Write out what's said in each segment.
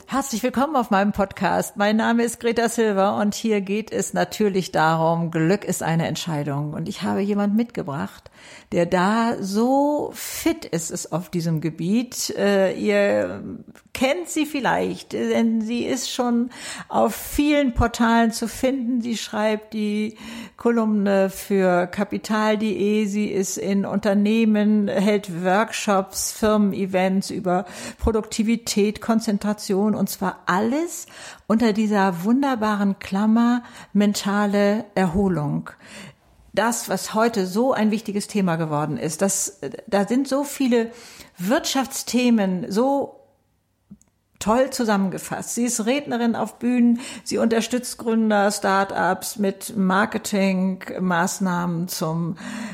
Herzlich willkommen auf meinem Podcast. Mein Name ist Greta Silver und hier geht es natürlich darum, Glück ist eine Entscheidung. Und ich habe jemanden mitgebracht, der da so fit ist auf diesem Gebiet. Ihr kennt sie vielleicht, denn sie ist schon auf vielen Portalen zu finden. Sie schreibt die Kolumne für Kapital.de. Sie ist in Unternehmen, hält Workshops, Firmen-Events über Produktivität, Konzentration und zwar alles unter dieser wunderbaren Klammer mentale Erholung. Das, was heute so ein wichtiges Thema geworden ist, da sind so viele Wirtschaftsthemen so toll zusammengefasst. Sie ist Rednerin auf Bühnen, sie unterstützt Gründer, Start-ups mit Marketingmaßnahmen zum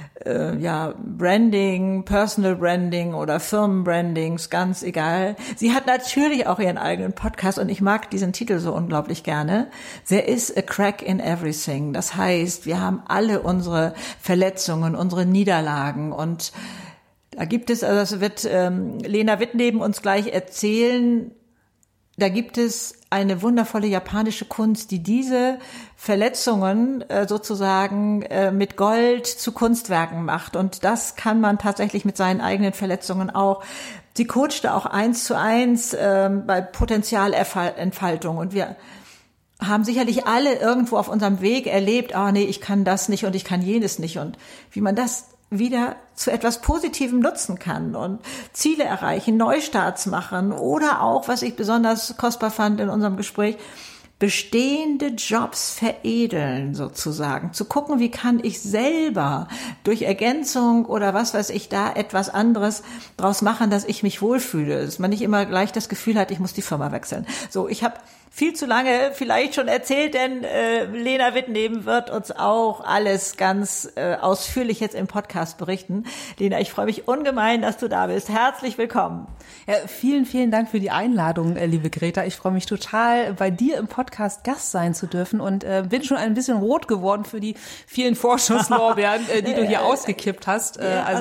Branding, Personal Branding oder Firmenbrandings, ganz egal. Sie hat natürlich auch ihren eigenen Podcast und ich mag diesen Titel so unglaublich gerne. There is a crack in everything. Das heißt, wir haben alle unsere Verletzungen, unsere Niederlagen und da gibt es, also das wird Lena Wittneben uns gleich erzählen, da gibt es eine wundervolle japanische Kunst, die diese Verletzungen sozusagen mit Gold zu Kunstwerken macht. Und das kann man tatsächlich mit seinen eigenen Verletzungen auch. Sie coachte auch 1:1 bei Potenzialentfaltung. Und wir haben sicherlich alle irgendwo auf unserem Weg erlebt, ich kann das nicht und ich kann jenes nicht. Und wie man das wieder zu etwas Positivem nutzen kann und Ziele erreichen, Neustarts machen oder auch, was ich besonders kostbar fand in unserem Gespräch, bestehende Jobs veredeln sozusagen, zu gucken, wie kann ich selber durch Ergänzung oder was weiß ich da etwas anderes draus machen, dass ich mich wohlfühle, dass man nicht immer gleich das Gefühl hat, ich muss die Firma wechseln. So, ich habe viel zu lange vielleicht schon erzählt, denn Lena Wittneben wird uns auch alles ganz ausführlich jetzt im Podcast berichten. Lena, ich freue mich ungemein, dass du da bist. Herzlich willkommen. Ja, vielen, vielen Dank für die Einladung, liebe Greta. Ich freue mich total, bei dir im Podcast Gast sein zu dürfen und bin schon ein bisschen rot geworden für die vielen Vorschusslorbeeren, die du hier ausgekippt hast.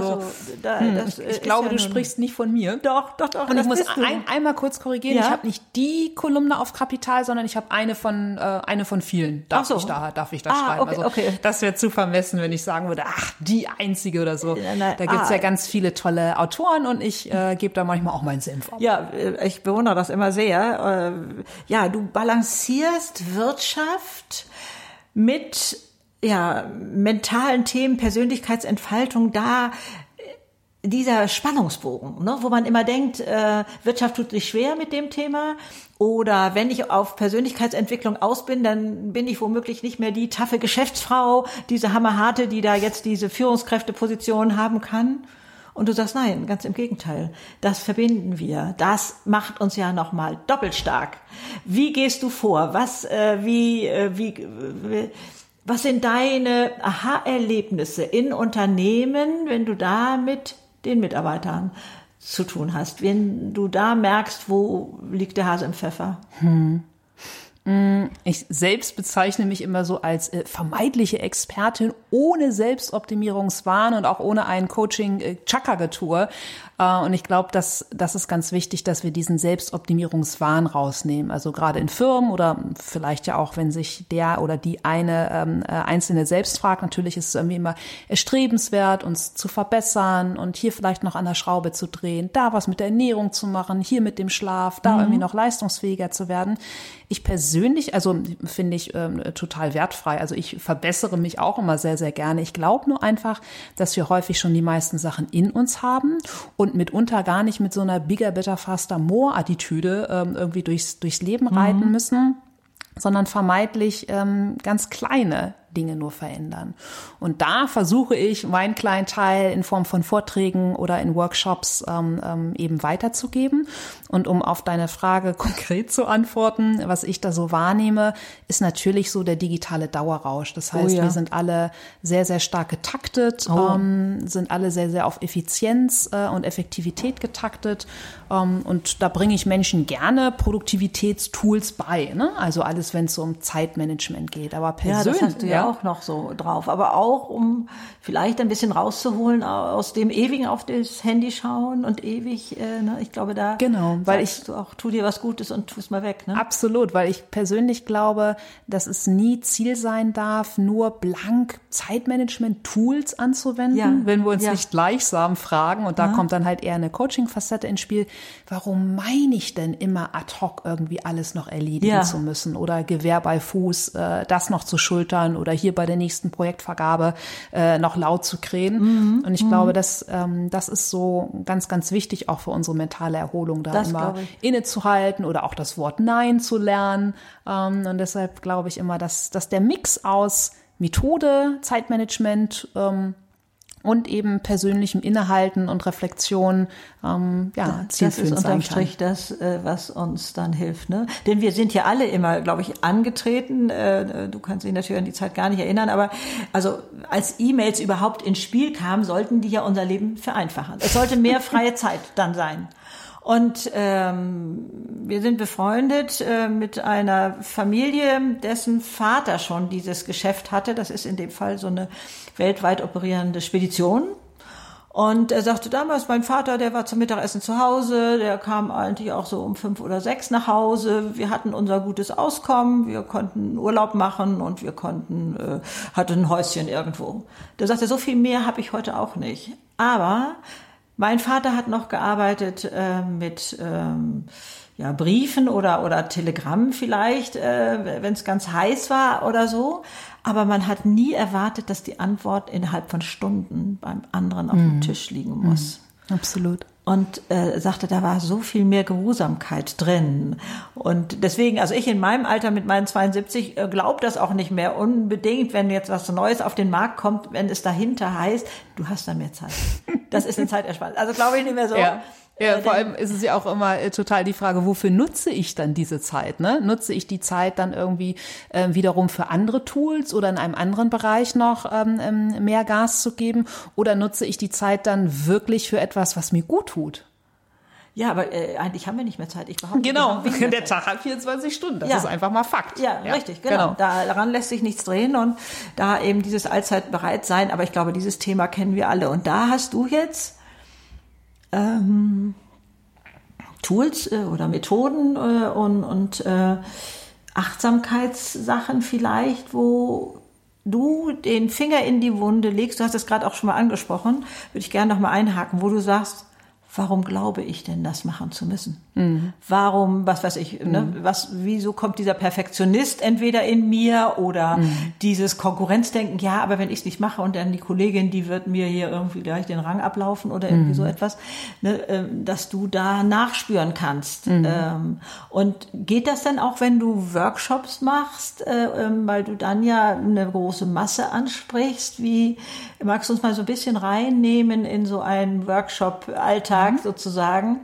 Ich glaube, du sprichst nicht von mir. Doch. Und ich muss einmal kurz korrigieren. Ja? Ich habe nicht die Kolumne auf Kapital, sondern ich habe eine von vielen. Darf ich da schreiben? Okay. Das wäre zu vermessen, wenn ich sagen würde, die einzige oder so. Da gibt's ja ganz viele tolle Autoren und ich gebe da manchmal auch meinen Senf ab. Ja, ich bewundere das immer sehr. Du balancierst Wirtschaft mit mentalen Themen, Persönlichkeitsentfaltung, dieser Spannungsbogen, ne, wo man immer denkt, Wirtschaft tut sich schwer mit dem Thema oder wenn ich auf Persönlichkeitsentwicklung aus bin, dann bin ich womöglich nicht mehr die taffe Geschäftsfrau, diese hammerharte, die da jetzt diese Führungskräfteposition haben kann. Und du sagst, nein, ganz im Gegenteil, das verbinden wir, das macht uns ja nochmal doppelt stark. Wie gehst du vor? Was sind deine Aha-Erlebnisse in Unternehmen, wenn du da mit den Mitarbeitern zu tun hast, wenn du da merkst, wo liegt der Hase im Pfeffer? Ich selbst bezeichne mich immer so als vermeidliche Expertin ohne Selbstoptimierungswahn und auch ohne ein Coaching-Chakra-Getue. Und ich glaube, das ist ganz wichtig, dass wir diesen Selbstoptimierungswahn rausnehmen. Also gerade in Firmen oder vielleicht ja auch, wenn sich der oder die Einzelne selbst fragt. Natürlich ist es irgendwie immer erstrebenswert, uns zu verbessern und hier vielleicht noch an der Schraube zu drehen, da was mit der Ernährung zu machen, hier mit dem Schlaf, da irgendwie noch leistungsfähiger zu werden. Ich persönlich, also finde ich total wertfrei. Also ich verbessere mich auch immer sehr, sehr gerne. Ich glaube nur einfach, dass wir häufig schon die meisten Sachen in uns haben und mitunter gar nicht mit so einer bigger, better, faster, more Attitüde irgendwie durchs Leben reiten müssen, sondern vermeintlich ganz kleine Dinge nur verändern. Und da versuche ich, meinen kleinen Teil in Form von Vorträgen oder in Workshops eben weiterzugeben. Und um auf deine Frage konkret zu antworten, was ich da so wahrnehme, ist natürlich so der digitale Dauerrausch. Das heißt, wir sind alle sehr, sehr stark getaktet, sind alle sehr, sehr auf Effizienz und Effektivität getaktet. Und da bringe ich Menschen gerne Produktivitätstools bei, ne? Also alles, wenn es so um Zeitmanagement geht. Aber persönlich, auch noch so drauf. Aber auch, um vielleicht ein bisschen rauszuholen aus dem ewigen auf das Handy schauen und ewig, ne? Ich glaube, da weil du auch, tu dir was Gutes und tu es mal weg. Ne? Absolut, weil ich persönlich glaube, dass es nie Ziel sein darf, nur blank Zeitmanagement-Tools anzuwenden, wenn wir uns nicht gleichsam fragen. Und da kommt dann halt eher eine Coaching-Facette ins Spiel. Warum meine ich denn immer ad hoc irgendwie alles noch erledigen zu müssen oder Gewehr bei Fuß, das noch zu schultern oder hier bei der nächsten Projektvergabe noch laut zu krähen. Und ich glaube, das ist so ganz, ganz wichtig auch für unsere mentale Erholung, da das immer innezuhalten oder auch das Wort Nein zu lernen. Und deshalb glaube ich immer, dass der Mix aus Methode, Zeitmanagement und eben persönlichem Innehalten und Reflexion zielführend sein kann. Das ist unterm Strich das, was uns dann hilft. Ne? Denn wir sind ja alle immer, glaube ich, angetreten. Du kannst dich natürlich an die Zeit gar nicht erinnern, aber also als E-Mails überhaupt ins Spiel kamen, sollten die ja unser Leben vereinfachen. Es sollte mehr freie Zeit dann sein. Und wir sind befreundet mit einer Familie, dessen Vater schon dieses Geschäft hatte. Das ist in dem Fall so eine weltweit operierende Spedition. Und er sagte damals, mein Vater, der war zum Mittagessen zu Hause, der kam eigentlich auch so um 5 oder 6 nach Hause. Wir hatten unser gutes Auskommen, wir konnten Urlaub machen und wir hatten ein Häuschen irgendwo. Der sagte, so viel mehr habe ich heute auch nicht. Aber mein Vater hat noch gearbeitet mit Briefen oder Telegrammen vielleicht, wenn es ganz heiß war oder so. Aber man hat nie erwartet, dass die Antwort innerhalb von Stunden beim anderen auf dem Tisch liegen muss. Absolut. Und sagte, da war so viel mehr Geruhsamkeit drin. Und deswegen, also ich in meinem Alter mit meinen 72 glaube das auch nicht mehr unbedingt, wenn jetzt was Neues auf den Markt kommt, wenn es dahinter heißt, du hast da mehr Zeit. Das ist eine Zeitersparnis. Also glaube ich nicht mehr so. Ja, vor allem ist es ja auch immer total die Frage, wofür nutze ich dann diese Zeit? Ne? Nutze ich die Zeit dann irgendwie wiederum für andere Tools oder in einem anderen Bereich noch mehr Gas zu geben? Oder nutze ich die Zeit dann wirklich für etwas, was mir gut tut? Ja, aber eigentlich haben wir nicht mehr Zeit. Ich behaupte, genau, der Tag hat 24 Stunden. Das ist einfach mal Fakt. Ja, richtig, genau. Daran lässt sich nichts drehen und da eben dieses Allzeitbereitsein. Aber ich glaube, dieses Thema kennen wir alle. Und da hast du jetzt Tools oder Methoden und Achtsamkeitssachen vielleicht, wo du den Finger in die Wunde legst. Du hast es gerade auch schon mal angesprochen, würde ich gerne noch mal einhaken, wo du sagst, warum glaube ich denn, das machen zu müssen? Warum, was weiß ich, wieso kommt dieser Perfektionist entweder in mir oder dieses Konkurrenzdenken, ja, aber wenn ich es nicht mache und dann die Kollegin, die wird mir hier irgendwie gleich den Rang ablaufen oder irgendwie so etwas, ne, dass du da nachspüren kannst. Und geht das dann auch, wenn du Workshops machst, weil du dann ja eine große Masse ansprichst? Wie magst du uns mal so ein bisschen reinnehmen in so einen Workshop-Alltag sozusagen?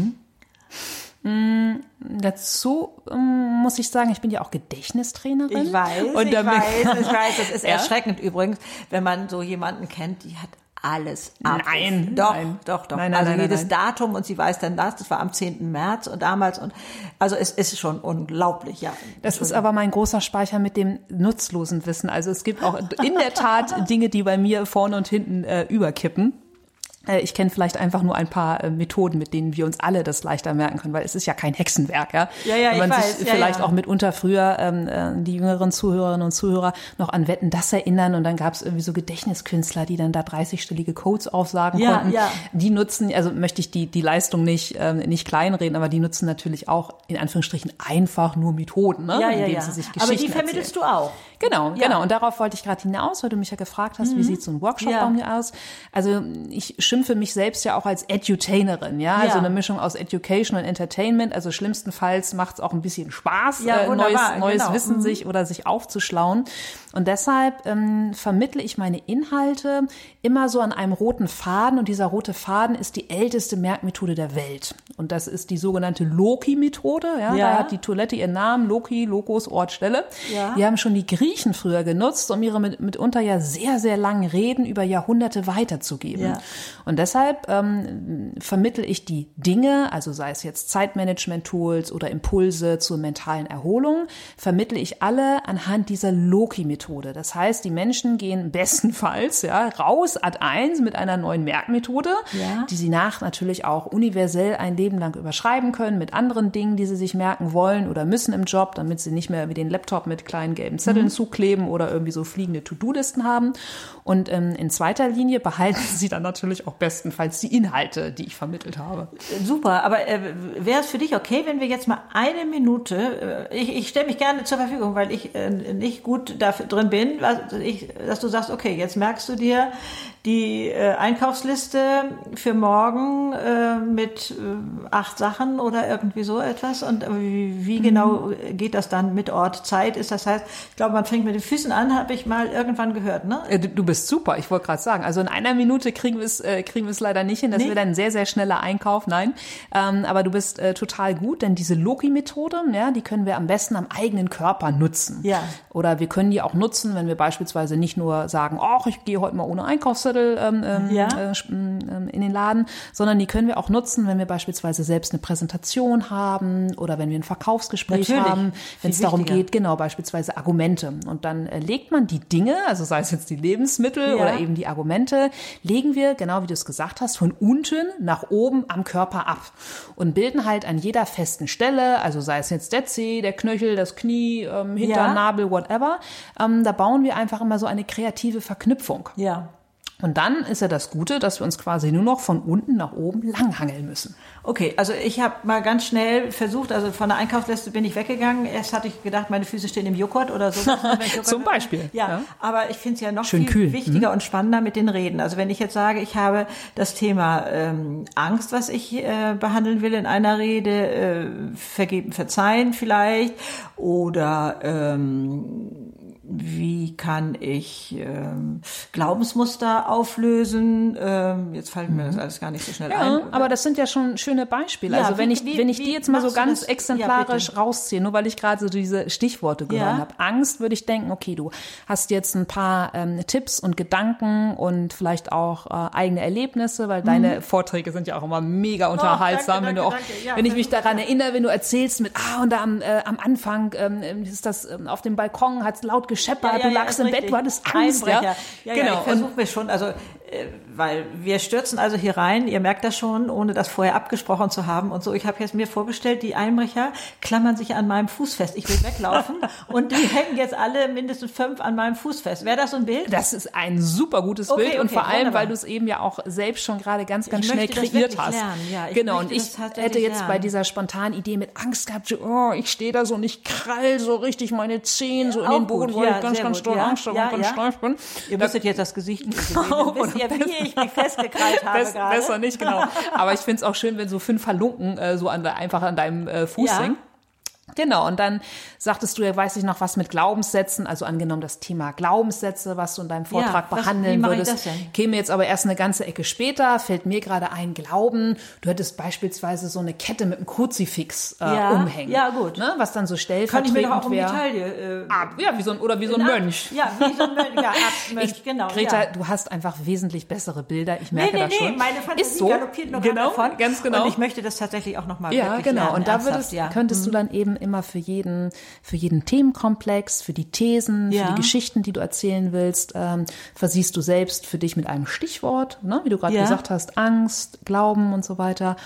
Dazu muss ich sagen, ich bin ja auch Gedächtnistrainerin. Ich weiß, das ist erschreckend übrigens, wenn man so jemanden kennt, die hat alles ab. Nein. Doch. Also jedes Datum und sie weiß dann das war am 10. März und damals und also es ist schon unglaublich, ja. Das ist aber mein großer Speicher mit dem nutzlosen Wissen. Also es gibt auch in der Tat Dinge, die bei mir vorne und hinten überkippen. Ich kenne vielleicht einfach nur ein paar Methoden, mit denen wir uns alle das leichter merken können, weil es ist ja kein Hexenwerk, ja. Wenn man sich vielleicht auch mitunter früher die jüngeren Zuhörerinnen und Zuhörer noch an Wetten, das erinnern und dann gab es irgendwie so Gedächtniskünstler, die dann da 30-stellige Codes aufsagen konnten. Ja. Die nutzen, also möchte ich die Leistung nicht kleinreden, aber die nutzen natürlich auch in Anführungsstrichen einfach nur Methoden, ne? Indem sie sich Geschichten aber die vermittelst du auch. Genau. Und darauf wollte ich gerade hinaus, weil du mich ja gefragt hast, wie sieht so ein Workshop bei mir aus? Also ich schimpfe mich selbst ja auch als Edutainerin, ja, also eine Mischung aus Education und Entertainment, also schlimmstenfalls macht es auch ein bisschen Spaß, neues Wissen sich aufzuschlauen. Und deshalb vermittle ich meine Inhalte immer so an einem roten Faden und dieser rote Faden ist die älteste Merkmethode der Welt. Und das ist die sogenannte Loki-Methode, da hat die Toilette ihren Namen, Loki, Logos, Ort, Stelle. Ja. Die haben schon die Griechen Griechen früher genutzt, um ihre mitunter ja sehr, sehr langen Reden über Jahrhunderte weiterzugeben. Ja. Und deshalb vermittle ich die Dinge, also sei es jetzt Zeitmanagement-Tools oder Impulse zur mentalen Erholung, vermittle ich alle anhand dieser Loki-Methode. Das heißt, die Menschen gehen bestenfalls raus ad 1 mit einer neuen Merkmethode, die sie natürlich auch universell ein Leben lang überschreiben können mit anderen Dingen, die sie sich merken wollen oder müssen im Job, damit sie nicht mehr wie den Laptop mit kleinen gelben Zetteln zukleben oder irgendwie so fliegende To-Do-Listen haben. Und in zweiter Linie behalten sie dann natürlich auch bestenfalls die Inhalte, die ich vermittelt habe. Super, aber wäre es für dich okay, wenn wir jetzt mal eine Minute, ich stelle mich gerne zur Verfügung, weil ich nicht gut dafür drin bin, dass du sagst, okay, jetzt merkst du dir die Einkaufsliste für morgen mit 8 Sachen oder irgendwie so etwas. Und wie genau geht das dann mit Ort, Zeit? Ist das heißt, ich glaube, man fängt mit den Füßen an, habe ich mal irgendwann gehört, ne? Du bist super, ich wollte gerade sagen. Also in einer Minute kriegen wir es leider nicht hin. Das wird ein sehr, sehr schneller Einkauf, nein. Aber du bist total gut, denn diese Loki-Methode, die können wir am besten am eigenen Körper nutzen. Ja. Oder wir können die auch nutzen, wenn wir beispielsweise nicht nur sagen, ich gehe heute mal ohne Einkaufszettel in den Laden, sondern die können wir auch nutzen, wenn wir beispielsweise selbst eine Präsentation haben oder wenn wir ein Verkaufsgespräch haben, wenn es darum geht, beispielsweise Argumente. Und dann legt man die Dinge, also sei es jetzt die Lebensmittel oder eben die Argumente, legen wir, genau wie du es gesagt hast, von unten nach oben am Körper ab und bilden halt an jeder festen Stelle, also sei es jetzt der Zeh, der Knöchel, das Knie, Hintern, Nabel, whatever, da bauen wir einfach immer so eine kreative Verknüpfung. Ja. Und dann ist ja das Gute, dass wir uns quasi nur noch von unten nach oben langhangeln müssen. Okay, also ich habe mal ganz schnell versucht, also von der Einkaufsliste bin ich weggegangen. Erst hatte ich gedacht, meine Füße stehen im Joghurt oder so. Zum Beispiel. Ja, aber ich finde es ja noch viel wichtiger und spannender mit den Reden. Also wenn ich jetzt sage, ich habe das Thema Angst, was ich behandeln will in einer Rede, vergeben, verzeihen vielleicht oder wie kann ich Glaubensmuster auflösen? Jetzt fällt mir das alles gar nicht so schnell ein. Aber das sind ja schon schöne Beispiele. Also wenn ich die jetzt mal so ganz exemplarisch rausziehe, nur weil ich gerade so diese Stichworte gehört habe. Angst, würde ich denken, okay, du hast jetzt ein paar Tipps und Gedanken und vielleicht auch eigene Erlebnisse, weil deine Vorträge sind ja auch immer mega unterhaltsam. Danke. Wenn ich mich daran erinnere, wenn du erzählst mit, und am Anfang ist das auf dem Balkon, hat es laut gescheppert, du lagst im Bett, du hattest Angst. Genau. Ich versuche mir schon, also weil wir stürzen also hier rein, ihr merkt das schon, ohne das vorher abgesprochen zu haben und so. Ich habe jetzt mir vorgestellt, die Einbrecher klammern sich an meinem Fuß fest. Ich will weglaufen und die hängen jetzt alle mindestens 5 an meinem Fuß fest. Wäre das so ein Bild? Das ist ein super gutes Bild und vor allem, weil du es eben ja auch selbst schon gerade ganz schnell kreiert hast. Und ich hätte jetzt bei dieser spontanen Idee mit Angst gehabt, ich stehe da so und ich krall so richtig meine Zehen so in den Boden, weil ich ganz doll Angst habe und ganz steif bin. Ihr müsstet jetzt das Gesicht nicht sehen. Wisst ihr, wie ich mich festgekrallt habe gerade? Besser nicht, genau. Aber ich finde es auch schön, wenn so 5 Halunken so einfach an deinem Fuß hängen. Genau, und dann sagtest du ja, weiß ich noch, was mit Glaubenssätzen, also angenommen das Thema Glaubenssätze, was du in deinem Vortrag behandeln würdest, käme jetzt aber erst eine ganze Ecke später, fällt mir gerade ein, Glauben, du hättest beispielsweise so eine Kette mit einem Kruzifix umhängen. Ja, gut. Ne, was dann so stellvertretend wäre. Kann ich mir doch auch um die Taille. Wie so ein Mönch. Ja, wie so ein Mönch, genau. Greta, du hast einfach wesentlich bessere Bilder, ich merke das schon. Nee, meine Fantasie galoppiert noch davon. Ganz genau. Und ich möchte das tatsächlich auch nochmal wirklich lernen. Und da könntest du dann eben immer für jeden Themenkomplex, für die Thesen, für die Geschichten, die du erzählen willst, versiehst du selbst für dich mit einem Stichwort, ne, wie du gerade gesagt hast, Angst, Glauben und so weiter,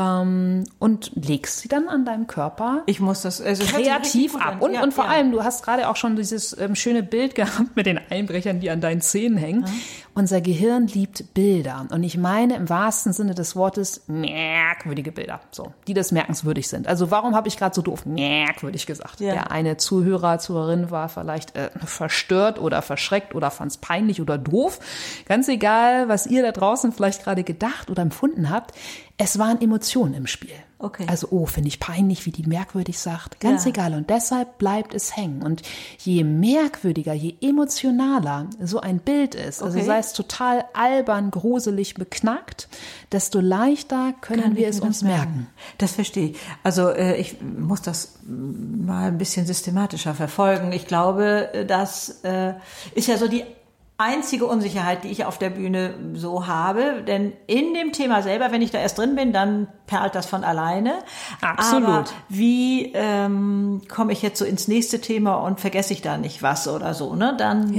und legst sie dann an deinem Körper kreativ ab. Und vor allem, du hast gerade auch schon dieses schöne Bild gehabt mit den Einbrechern, die an deinen Zähnen hängen. Unser Gehirn liebt Bilder. Und ich meine im wahrsten Sinne des Wortes merkwürdige Bilder, so, die des Merkenswürdig sind. Also warum habe ich gerade so doof merkwürdig gesagt? Ja. Der eine Zuhörerin war vielleicht verstört oder verschreckt oder fand es peinlich oder doof. Ganz egal, was ihr da draußen vielleicht gerade gedacht oder empfunden habt. Es waren Emotionen im Spiel. Okay. Also, finde ich peinlich, wie die merkwürdig sagt. Ganz egal. Und deshalb bleibt es hängen. Und je merkwürdiger, je emotionaler so ein Bild ist, also sei es total albern, gruselig, beknackt, desto leichter können wir es uns merken. Das verstehe ich. Also ich muss das mal ein bisschen systematischer verfolgen. Ich glaube, das ist ja so die einzige Unsicherheit, die ich auf der Bühne so habe, denn in dem Thema selber, wenn ich da erst drin bin, dann perlt das von alleine. Absolut. Aber wie komme ich jetzt so ins nächste Thema und vergesse ich da nicht was oder so, ne? Dann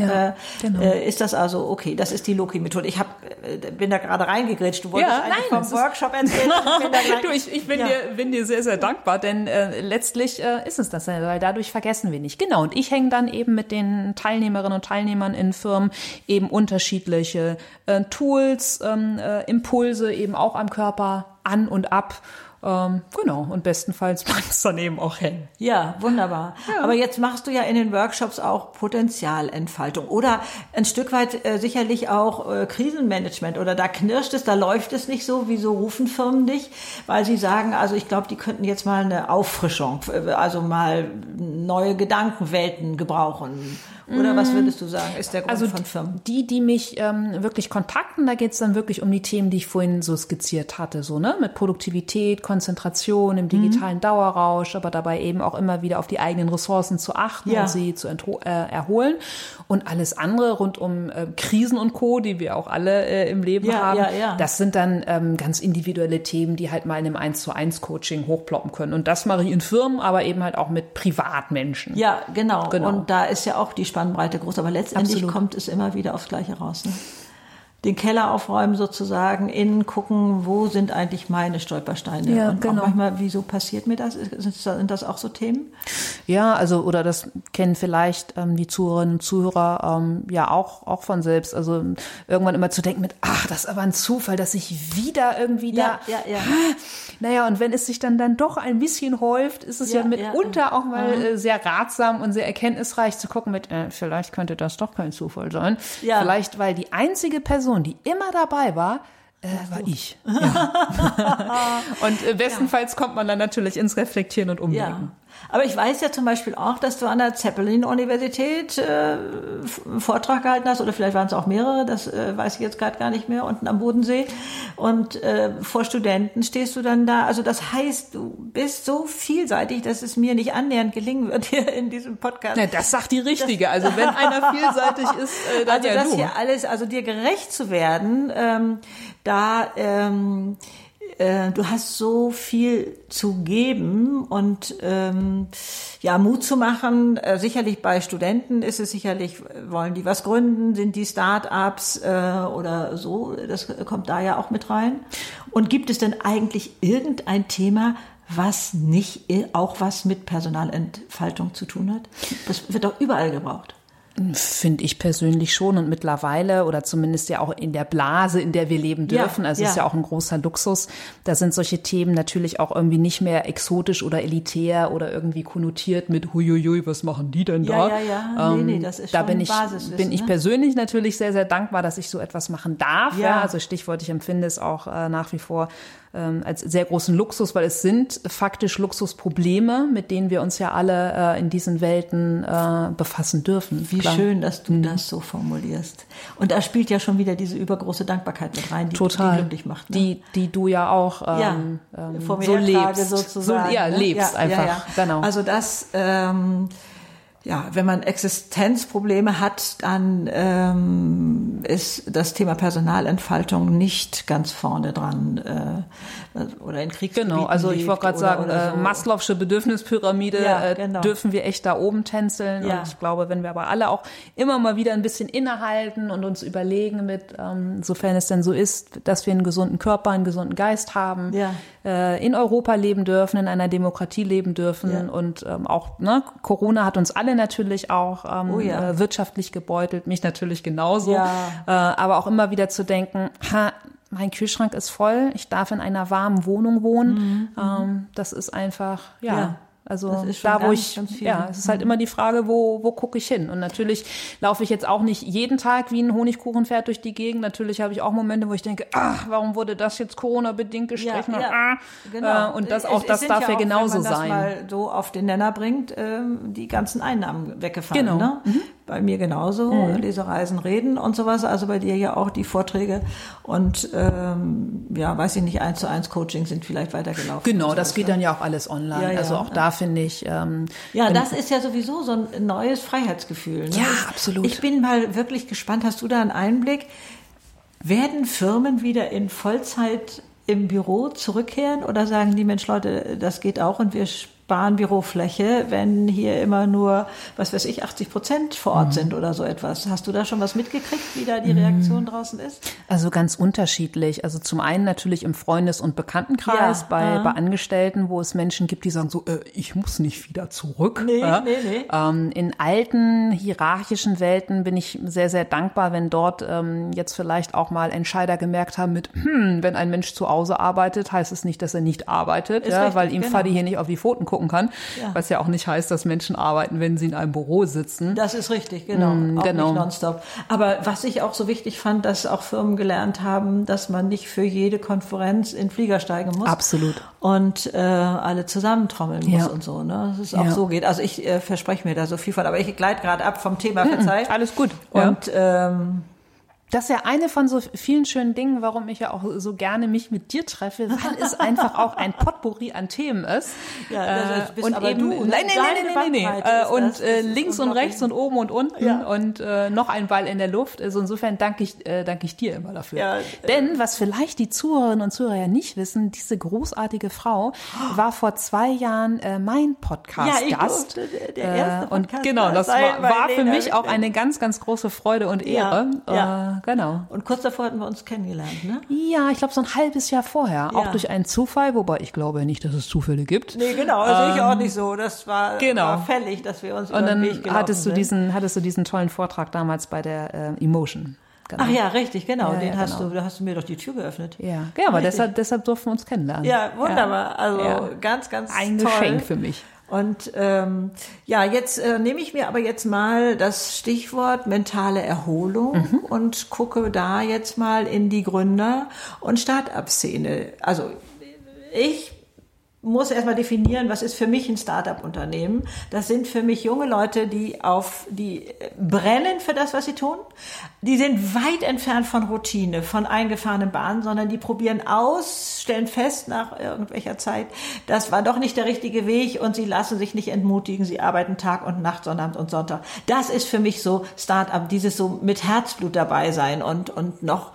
ist das also okay, das ist die Loki-Methode. Ich bin da gerade reingegrätscht. Du wolltest eigentlich vom Workshop erzählen. Ich bin dir sehr, sehr dankbar, denn letztlich ist es das, weil dadurch vergessen wir nicht. Genau, und ich hänge dann eben mit den Teilnehmerinnen und Teilnehmern in Firmen eben unterschiedliche Tools, Impulse eben auch am Körper an und ab. Genau, und bestenfalls bleibt es dann eben auch hängen. Ja, wunderbar. Ja. Aber jetzt machst du ja in den Workshops auch Potenzialentfaltung oder ein Stück weit sicherlich auch Krisenmanagement oder da knirscht es, da läuft es nicht so, wieso rufen Firmen dich? Weil sie sagen, also ich glaube, die könnten jetzt mal eine Auffrischung, also mal neue Gedankenwelten gebrauchen. Oder was würdest du sagen, ist der Grund von Firmen? Die mich wirklich kontakten, da geht es dann wirklich um die Themen, die ich vorhin so skizziert hatte, so ne, mit Produktivität, Konzentration im digitalen Dauerrausch, aber dabei eben auch immer wieder auf die eigenen Ressourcen zu achten und sie zu erholen. Und alles andere rund um Krisen und Co., die wir auch alle im Leben haben, das sind dann ganz individuelle Themen, die halt mal in einem 1:1 hochploppen können. Und das mache ich in Firmen, aber eben halt auch mit Privatmenschen. Ja, genau. Und da ist ja auch die Spannbreite groß, aber letztendlich kommt es immer wieder aufs Gleiche raus. Ne? Den Keller aufräumen sozusagen, innen gucken, wo sind eigentlich meine Stolpersteine? Ja, und auch manchmal, wieso passiert mir das? Sind das auch so Themen? Ja, also oder das kennen vielleicht die Zuhörerinnen und Zuhörer auch von selbst. Also irgendwann immer zu denken mit, ach, das ist aber ein Zufall, dass ich wieder irgendwie Naja, und wenn es sich dann doch ein bisschen häuft, ist es mitunter auch mal sehr ratsam und sehr erkenntnisreich zu gucken mit, vielleicht könnte das doch kein Zufall sein. Ja. Vielleicht, weil die einzige Person, die immer dabei war ich. Ja. Und bestenfalls kommt man dann natürlich ins Reflektieren und Umdenken. Ja. Aber ich weiß ja zum Beispiel auch, dass du an der Zeppelin-Universität einen Vortrag gehalten hast, oder vielleicht waren es auch mehrere, das weiß ich jetzt gerade gar nicht mehr, unten am Bodensee. Und vor Studenten stehst du dann da. Also das heißt, du bist so vielseitig, dass es mir nicht annähernd gelingen wird hier in diesem Podcast. Ja, das sagt die Richtige. Also wenn einer vielseitig ist, dann also das hier alles, also dir gerecht zu werden, du hast so viel zu geben und Mut zu machen. Sicherlich bei Studenten ist es sicherlich, wollen die was gründen, sind die Start-ups oder so. Das kommt da ja auch mit rein. Und gibt es denn eigentlich irgendein Thema, was nicht auch was mit Personalentfaltung zu tun hat? Das wird doch überall gebraucht. Finde ich persönlich schon und mittlerweile oder zumindest ja auch in der Blase, in der wir leben dürfen, ist ja auch ein großer Luxus. Da sind solche Themen natürlich auch irgendwie nicht mehr exotisch oder elitär oder irgendwie konnotiert mit huiuiui, was machen die denn da? Nee, das ist da schon Basiswissen. Bin ich persönlich natürlich sehr, sehr dankbar, dass ich so etwas machen darf. Ja. Also Stichwort, ich empfinde es auch nach wie vor als sehr großen Luxus, weil es sind faktisch Luxusprobleme, mit denen wir uns ja alle in diesen Welten befassen dürfen. Wie schön, dass du das so formulierst. Und da spielt ja schon wieder diese übergroße Dankbarkeit mit rein, die glücklich macht. Ne? Die du ja auch vor mir so lebst. Sozusagen. Lebst einfach. Ja. Genau. Also das... wenn man Existenzprobleme hat, dann ist das Thema Personalentfaltung nicht ganz vorne dran oder in Kriegsgebieten. Genau, also ich wollte gerade sagen, so. Maslow'sche Bedürfnispyramide dürfen wir echt da oben tänzeln. Ja. Und ich glaube, wenn wir aber alle auch immer mal wieder ein bisschen innehalten und uns überlegen sofern es denn so ist, dass wir einen gesunden Körper, einen gesunden Geist haben, in Europa leben dürfen, in einer Demokratie leben dürfen und auch Corona hat uns alle natürlich auch wirtschaftlich gebeutelt, mich natürlich genauso, aber auch immer wieder zu denken, mein Kühlschrank ist voll, ich darf in einer warmen Wohnung wohnen, das ist einfach, Also das ist schon da, wo ganz viel. Ja, es ist halt immer die Frage, wo gucke ich hin? Und natürlich laufe ich jetzt auch nicht jeden Tag wie ein Honigkuchenpferd durch die Gegend. Natürlich habe ich auch Momente, wo ich denke, warum wurde das jetzt Corona-bedingt gestrichen? Genau. Und das darf ja genauso sein. Wenn man das mal so auf den Nenner bringt, die ganzen Einnahmen weggefallen. Genau. Ne? Bei mir genauso, Lesereisen, Reden und sowas. Also bei dir ja auch die Vorträge und weiß ich nicht, 1:1 Coaching sind vielleicht weitergelaufen. Genau, das geht dann ja auch alles online. Also auch da finde ich. Das ist ja sowieso so ein neues Freiheitsgefühl. Ne? Ja, absolut. Ich bin mal wirklich gespannt. Hast du da einen Einblick? Werden Firmen wieder in Vollzeit im Büro zurückkehren oder sagen die, Mensch Leute, das geht auch und wir sparen Bürofläche, wenn hier immer nur, 80% vor Ort sind oder so etwas. Hast du da schon was mitgekriegt, wie da die Reaktion draußen ist? Also ganz unterschiedlich. Also zum einen natürlich im Freundes- und Bekanntenkreis, bei Angestellten, wo es Menschen gibt, die sagen so, ich muss nicht wieder zurück. Nee. In alten hierarchischen Welten bin ich sehr, sehr dankbar, wenn dort jetzt vielleicht auch mal Entscheider gemerkt haben mit, wenn ein Mensch zu Hause arbeitet, heißt es nicht, dass er nicht arbeitet, richtig, weil ihm Fadi hier nicht auf die Pfoten gucken kann, was ja auch nicht heißt, dass Menschen arbeiten, wenn sie in einem Büro sitzen. Das ist richtig, genau. Auch nicht nonstop. Aber was ich auch so wichtig fand, dass auch Firmen gelernt haben, dass man nicht für jede Konferenz in den Flieger steigen muss. Absolut. Und alle zusammentrommeln muss und so, ne? Dass es auch so geht. Also ich verspreche mir da so viel von, aber ich gleite gerade ab vom Thema, verzeih. Alles gut. Und das ist ja eine von so vielen schönen Dingen, warum ich ja auch so gerne mich mit dir treffe, weil es einfach auch ein Potpourri an Themen ist. Ja, das bist und aber eben, du. Nee. Und links und rechts und oben und unten und noch ein Ball in der Luft. Also insofern danke ich dir immer dafür. Ja, denn was vielleicht die Zuhörerinnen und Zuhörer ja nicht wissen, diese großartige Frau war vor 2 Jahren mein Podcast-Gast. Der erste Podcast. Und genau, das war für mich auch eine ganz, ganz große Freude und Ehre. Genau. Und kurz davor hatten wir uns kennengelernt, ne? Ja, ich glaube so ein halbes Jahr vorher. Auch durch einen Zufall, wobei ich glaube nicht, dass es Zufälle gibt. Nee, genau, das sehe ich auch nicht so. Das war fällig, dass wir uns über den Weg gelaufen sind. Hattest du diesen tollen Vortrag damals bei der Emotion. Genau. Ach ja, richtig, genau. Da hast du mir doch die Tür geöffnet. Ja, aber deshalb durften wir uns kennenlernen. Ja, wunderbar. Also ganz, ganz ein toll. Geschenk für mich. Und jetzt nehme ich mir aber jetzt mal das Stichwort mentale Erholung und gucke da jetzt mal in die Gründer- und Start-up-Szene. Also ich muss erstmal definieren, was ist für mich ein Start-up-Unternehmen. Das sind für mich junge Leute, die brennen für das, was sie tun. Die sind weit entfernt von Routine, von eingefahrenen Bahnen, sondern die probieren aus, stellen fest nach irgendwelcher Zeit, das war doch nicht der richtige Weg und sie lassen sich nicht entmutigen. Sie arbeiten Tag und Nacht, Sonnabend und Sonntag. Das ist für mich so Start-up, dieses so mit Herzblut dabei sein und noch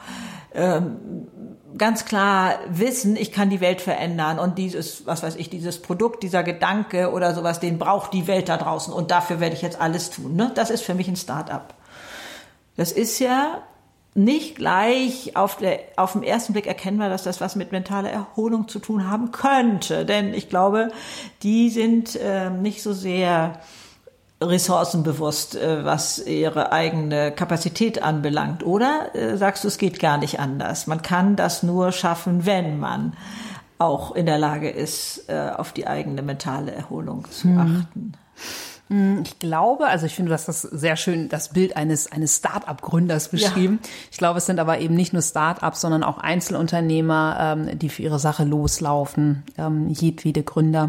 ganz klar wissen, ich kann die Welt verändern und dieses Produkt, dieser Gedanke oder sowas, den braucht die Welt da draußen und dafür werde ich jetzt alles tun. Ne? Das ist für mich ein Start-up. Das ist ja nicht gleich auf den ersten Blick erkennbar, dass das was mit mentaler Erholung zu tun haben könnte, denn ich glaube, die sind nicht so sehr ressourcenbewusst, was ihre eigene Kapazität anbelangt. Oder sagst du, es geht gar nicht anders? Man kann das nur schaffen, wenn man auch in der Lage ist, auf die eigene mentale Erholung zu achten. Ich glaube, also ich finde, du hast das sehr schön, das Bild eines Start-up-Gründers beschrieben. Ja. Ich glaube, es sind aber eben nicht nur Start-ups, sondern auch Einzelunternehmer, die für ihre Sache loslaufen, jedwede Gründer.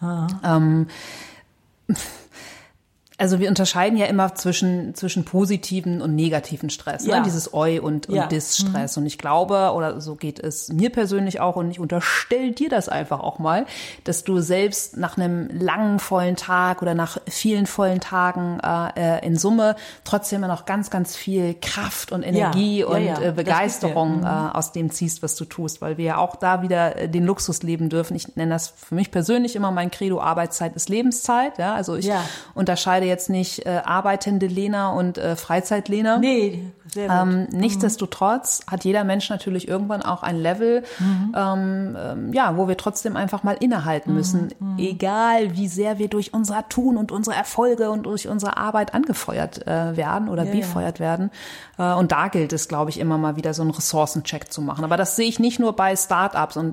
Also wir unterscheiden ja immer zwischen positiven und negativen Stress, ne? Dieses Eu und Dis-Stress. Und ich glaube, oder so geht es mir persönlich auch, und ich unterstelle dir das einfach auch mal, dass du selbst nach einem langen, vollen Tag oder nach vielen vollen Tagen in Summe trotzdem immer noch ganz, ganz viel Kraft und Energie und Begeisterung aus dem ziehst, was du tust. Weil wir ja auch da wieder den Luxus leben dürfen. Ich nenne das für mich persönlich immer mein Credo, Arbeitszeit ist Lebenszeit. Ja? Also ich unterscheide jetzt nicht arbeitende Lena und Freizeit-Lena. Nee, sehr gut. Nichtsdestotrotz hat jeder Mensch natürlich irgendwann auch ein Level, wo wir trotzdem einfach mal innehalten müssen. Egal, wie sehr wir durch unser Tun und unsere Erfolge und durch unsere Arbeit angefeuert werden oder befeuert werden. Und da gilt es, glaube ich, immer mal wieder so einen Ressourcencheck zu machen. Aber das sehe ich nicht nur bei Startups und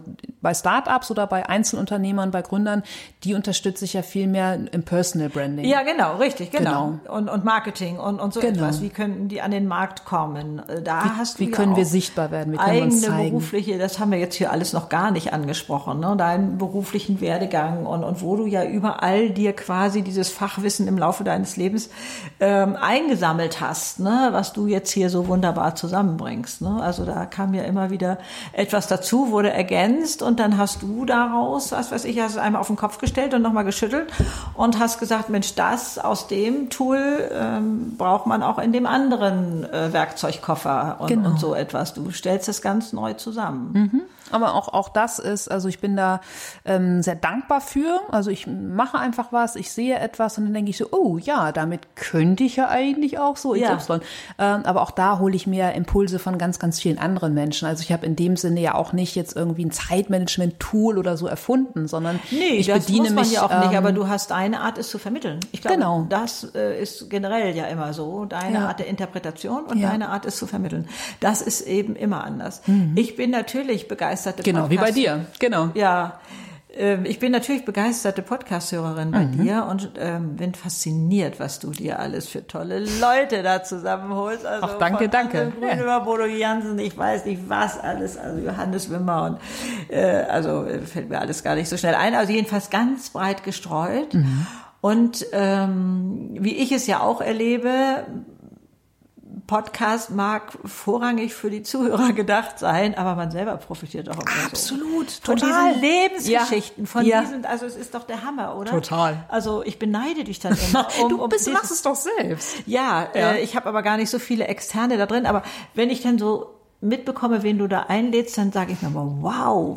bei Startups oder bei Einzelunternehmern, bei Gründern, die unterstütze ich ja viel mehr im Personal Branding. Ja, genau, richtig, genau. Und Marketing und so etwas. Wie könnten die an den Markt kommen? Wie können wir sichtbar werden? Wie können wir uns zeigen? Berufliche, das haben wir jetzt hier alles noch gar nicht angesprochen, ne? Deinen beruflichen Werdegang und wo du ja überall dir quasi dieses Fachwissen im Laufe deines Lebens eingesammelt hast, ne? Was du jetzt hier so wunderbar zusammenbringst. Ne? Also da kam ja immer wieder etwas dazu, wurde ergänzt und dann hast du daraus, was weiß ich, hast es einmal auf den Kopf gestellt und nochmal geschüttelt und hast gesagt, Mensch, das aus dem Tool braucht man auch in dem anderen Werkzeugkoffer und so etwas. Du stellst das ganz neu zusammen. Mhm. Aber auch das ist, also ich bin da sehr dankbar für. Also ich mache einfach was, ich sehe etwas und dann denke ich so, oh ja, damit könnte ich ja eigentlich auch so XY. Aber auch da hole ich mir Impulse von ganz, ganz vielen anderen Menschen. Also ich habe in dem Sinne ja auch nicht jetzt irgendwie ein Zeitmanagement-Tool oder so erfunden, sondern ich bediene mich. Das muss man ja auch nicht, aber du hast eine Art, es zu vermitteln. Ich glaube, das ist generell ja immer so. Deine Art der Interpretation und deine Art, es zu vermitteln. Das ist eben immer anders. Ich bin natürlich begeisterte Genau, wie bei dir, genau. Ja, ich bin natürlich begeisterte Podcast-Hörerin bei dir und bin fasziniert, was du dir alles für tolle Leute da zusammenholst. Also ach, danke. Grün über Bodo Jansen, ich weiß nicht was alles, also Johannes Wimmer und also fällt mir alles gar nicht so schnell ein. Also jedenfalls ganz breit gestreut. Und wie ich es ja auch erlebe, Podcast mag vorrangig für die Zuhörer gedacht sein, aber man selber profitiert auch immer Absolut, so. Von total. diesen Lebensgeschichten, von diesen, also es ist doch der Hammer, oder? Total. Also ich beneide dich dann immer. Du machst es doch selbst. Ja, ich habe aber gar nicht so viele Externe da drin, aber wenn ich dann so mitbekomme, wen du da einlädst, dann sage ich mir mal, wow,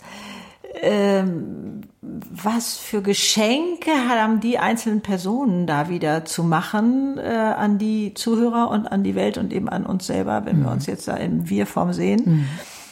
was für Geschenke haben die einzelnen Personen da wieder zu machen an die Zuhörer und an die Welt und eben an uns selber, wenn wir uns jetzt da in Wir-Form sehen.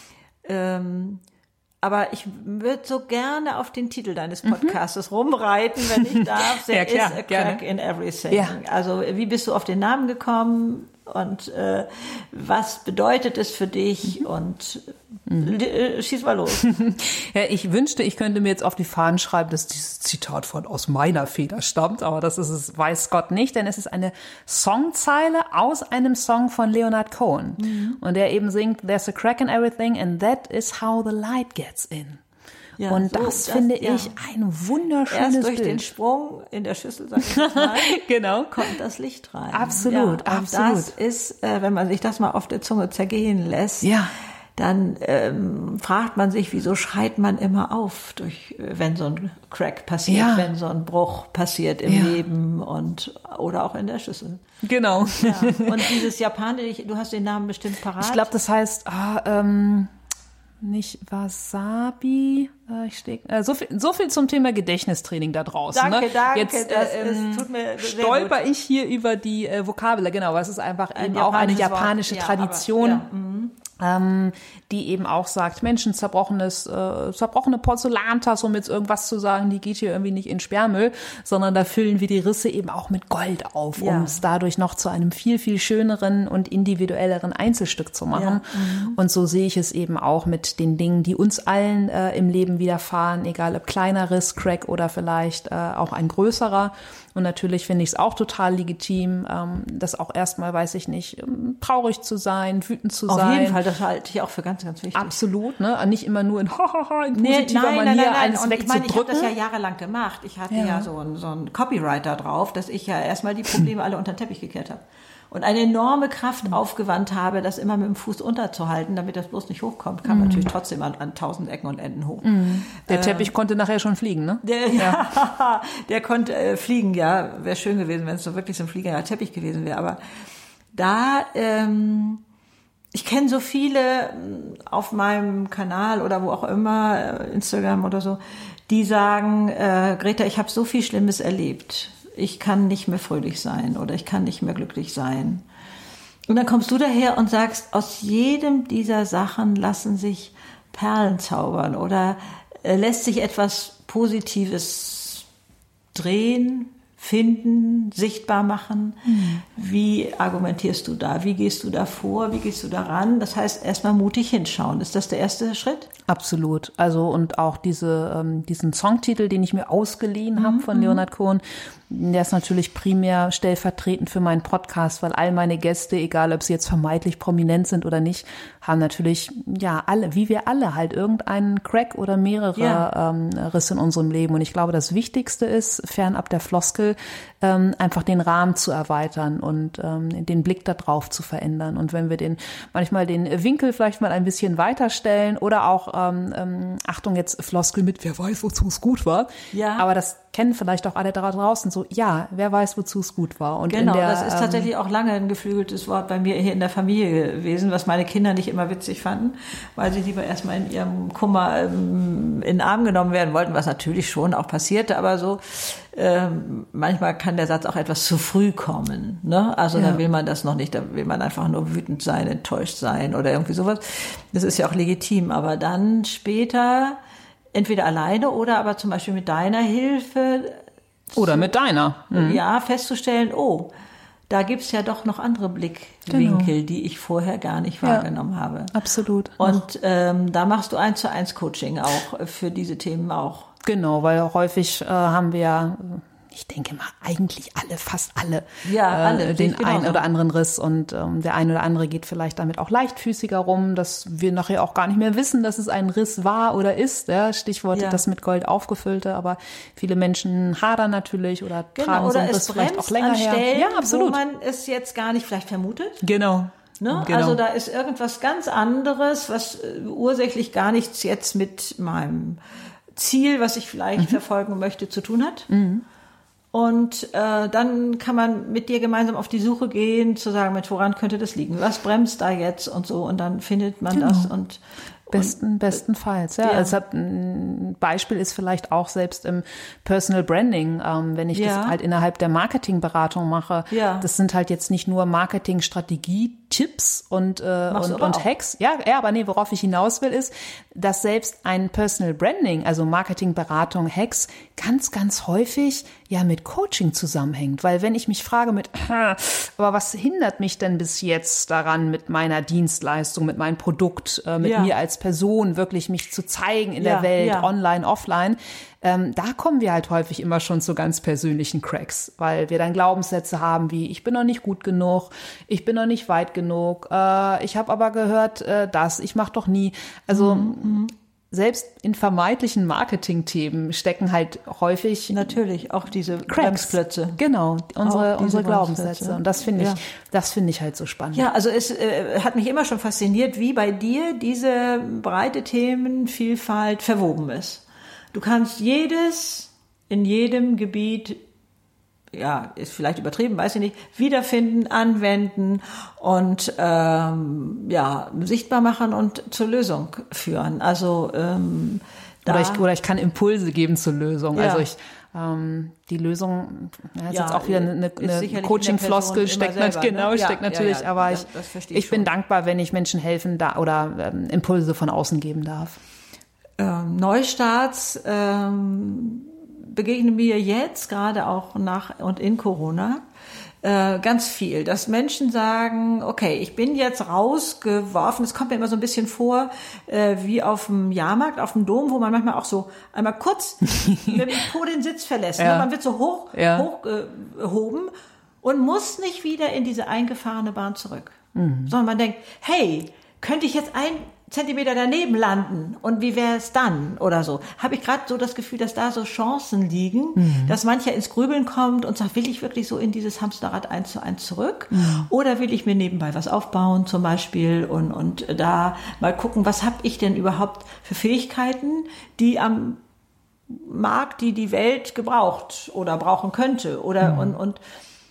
Aber ich würde so gerne auf den Titel deines Podcastes rumreiten, wenn ich darf. There is a crack in everything. Ja. Also wie bist du auf den Namen gekommen und was bedeutet es für dich und schieß mal los. Ja, ich wünschte, ich könnte mir jetzt auf die Fahnen schreiben, dass dieses Zitat von aus meiner Feder stammt, aber das ist es, weiß Gott nicht, denn es ist eine Songzeile aus einem Song von Leonard Cohen und der eben singt, There's a crack in everything and that is how the light gets in. Ja, und so, das finde ich ein wunderschönes Bild. Erst durch den Sprung in der Schüssel, sag ich jetzt mal, genau, kommt das Licht rein. Absolut, ja, absolut. Das ist, wenn man sich das mal auf der Zunge zergehen lässt, dann fragt man sich, wieso schreit man immer auf, wenn so ein Crack passiert, wenn so ein Bruch passiert im Leben oder auch in der Schüssel. Genau. Ja. Und dieses Japanische, du hast den Namen bestimmt parat. Ich glaube, das heißt, nicht Wasabi. So viel zum Thema Gedächtnistraining da draußen. Danke, danke. Jetzt tut mir stolper ich hier über die Vokabel. Genau, es ist einfach eben auch eine japanische Tradition. Die eben auch sagt, Mensch, ein zerbrochene Porzellantasse, um jetzt irgendwas zu sagen, die geht hier irgendwie nicht in Sperrmüll, sondern da füllen wir die Risse eben auch mit Gold auf, um es dadurch noch zu einem viel, viel schöneren und individuelleren Einzelstück zu machen. Ja. Und so sehe ich es eben auch mit den Dingen, die uns allen im Leben widerfahren, egal ob kleiner Riss, Crack oder vielleicht auch ein größerer. Und natürlich finde ich es auch total legitim, das auch erstmal, weiß ich nicht, traurig zu sein, wütend zu sein. Auf jeden Fall, das halte ich auch für ganz, ganz wichtig. Absolut, ne? Nicht immer nur in positiver Manier alles und wegzudrücken. Ich meine, ich habe das ja jahrelang gemacht. Ich hatte ja so einen Copywriter drauf, dass ich ja erstmal die Probleme alle unter den Teppich gekehrt habe. Und eine enorme Kraft aufgewandt habe, das immer mit dem Fuß unterzuhalten, damit das bloß nicht hochkommt. Kam natürlich trotzdem an 1000 Ecken und Enden hoch. Der Teppich konnte nachher schon fliegen, ne? Der konnte fliegen, ja. Wäre schön gewesen, wenn es so wirklich so ein fliegender Teppich gewesen wäre. Aber da, ich kenne so viele auf meinem Kanal oder wo auch immer, Instagram oder so, die sagen, Greta, ich habe so viel Schlimmes erlebt. Ich kann nicht mehr fröhlich sein oder ich kann nicht mehr glücklich sein. Und dann kommst du daher und sagst, aus jedem dieser Sachen lassen sich Perlen zaubern oder lässt sich etwas Positives drehen, finden, sichtbar machen. Wie argumentierst du da? Wie gehst du da vor? Wie gehst du da ran? Das heißt, erstmal mutig hinschauen. Ist das der erste Schritt? Absolut. Also und auch diesen Songtitel, den ich mir ausgeliehen habe von Leonard Cohen, der ist natürlich primär stellvertretend für meinen Podcast, weil all meine Gäste, egal ob sie jetzt vermeintlich prominent sind oder nicht, haben natürlich, ja, alle, wie wir alle, halt irgendeinen Crack oder mehrere Risse in unserem Leben. Und ich glaube, das Wichtigste ist, fernab der Floskel, einfach den Rahmen zu erweitern und den Blick da drauf zu verändern. Und wenn wir manchmal den Winkel vielleicht mal ein bisschen weiterstellen oder auch, Achtung, jetzt Floskel mit, wer weiß, wozu es gut war. Ja. Aber das kennen vielleicht auch alle da draußen so, ja, wer weiß, wozu es gut war. Und genau, das ist tatsächlich auch lange ein geflügeltes Wort bei mir hier in der Familie gewesen, was meine Kinder nicht immer witzig fanden, weil sie lieber erstmal in ihrem Kummer in den Arm genommen werden wollten, was natürlich schon auch passierte, aber so manchmal kann der Satz auch etwas zu früh kommen. Ne? Also da will man das noch nicht, da will man einfach nur wütend sein, enttäuscht sein oder irgendwie sowas. Das ist ja auch legitim, aber dann später entweder alleine oder aber zum Beispiel mit deiner Hilfe. Oder mit deiner. Ja, festzustellen, oh, da gibt's ja doch noch andere Blickwinkel, die ich vorher gar nicht wahrgenommen habe. Absolut. Und da machst du 1:1 Coaching auch für diese Themen auch. Genau, weil häufig haben wir, ich denke mal, eigentlich fast alle, den einen oder anderen Riss und der eine oder andere geht vielleicht damit auch leichtfüßiger rum, dass wir nachher auch gar nicht mehr wissen, dass es ein Riss war oder ist. Ja? Stichwort das mit Gold aufgefüllte, aber viele Menschen hadern natürlich oder tragen so einen Riss vielleicht auch länger her. Ja, absolut. Wo man es jetzt gar nicht vielleicht vermutet. Genau. Ne? Genau. Also da ist irgendwas ganz anderes, was ursächlich gar nichts jetzt mit meinem Ziel, was ich vielleicht verfolgen möchte, zu tun hat. Und dann kann man mit dir gemeinsam auf die Suche gehen, zu sagen, mit woran könnte das liegen? Was bremst da jetzt und so? Und dann findet man das und Bestenfalls, ja. Also ein Beispiel ist vielleicht auch selbst im Personal Branding, wenn ich das halt innerhalb der Marketingberatung mache. Ja. Das sind halt jetzt nicht nur Marketingstrategie-Tipps und Hacks. Ja, aber nee, worauf ich hinaus will, ist, dass selbst ein Personal Branding, also Marketingberatung, Hacks, ganz, ganz häufig ja mit Coaching zusammenhängt. Weil wenn ich mich frage aber was hindert mich denn bis jetzt daran, mit meiner Dienstleistung, mit meinem Produkt, mit mir als Person wirklich mich zu zeigen in der Welt, online, offline, da kommen wir halt häufig immer schon zu ganz persönlichen Cracks, weil wir dann Glaubenssätze haben wie, ich bin noch nicht gut genug, ich bin noch nicht weit genug, ich habe aber gehört, ich mache doch nie. Also selbst in vermeidlichen Marketingthemen stecken halt häufig natürlich auch diese Bremsklötze. Genau, unsere Glaubenssätze. Und das finde ich halt so spannend. Ja, also es hat mich immer schon fasziniert, wie bei dir diese breite Themenvielfalt verwoben ist. Du kannst jedes in jedem Gebiet, ja, ist vielleicht übertrieben, weiß ich nicht, wiederfinden, anwenden und sichtbar machen und zur Lösung führen. Also oder ich kann Impulse geben zur Lösung. Ja. Also die Lösung, ist jetzt auch wieder eine Coaching-Floskel, steckt natürlich, aber ich bin dankbar, wenn ich Menschen helfen oder Impulse von außen geben darf. Neustarts begegnen mir jetzt, gerade auch nach und in Corona, ganz viel, dass Menschen sagen, okay, ich bin jetzt rausgeworfen, es kommt mir immer so ein bisschen vor, wie auf dem Jahrmarkt, auf dem Dom, wo man manchmal auch so einmal kurz mit dem Po den Sitz verlässt. Ja. Man wird so hochgehoben und muss nicht wieder in diese eingefahrene Bahn zurück. Sondern man denkt, hey, könnte ich jetzt 1 Zentimeter daneben landen und wie wäre es dann oder so. Habe ich gerade so das Gefühl, dass da so Chancen liegen, dass mancher ins Grübeln kommt und sagt, will ich wirklich so in dieses Hamsterrad 1:1 zurück oder will ich mir nebenbei was aufbauen zum Beispiel und da mal gucken, was habe ich denn überhaupt für Fähigkeiten, die am Markt, die Welt gebraucht oder brauchen könnte oder und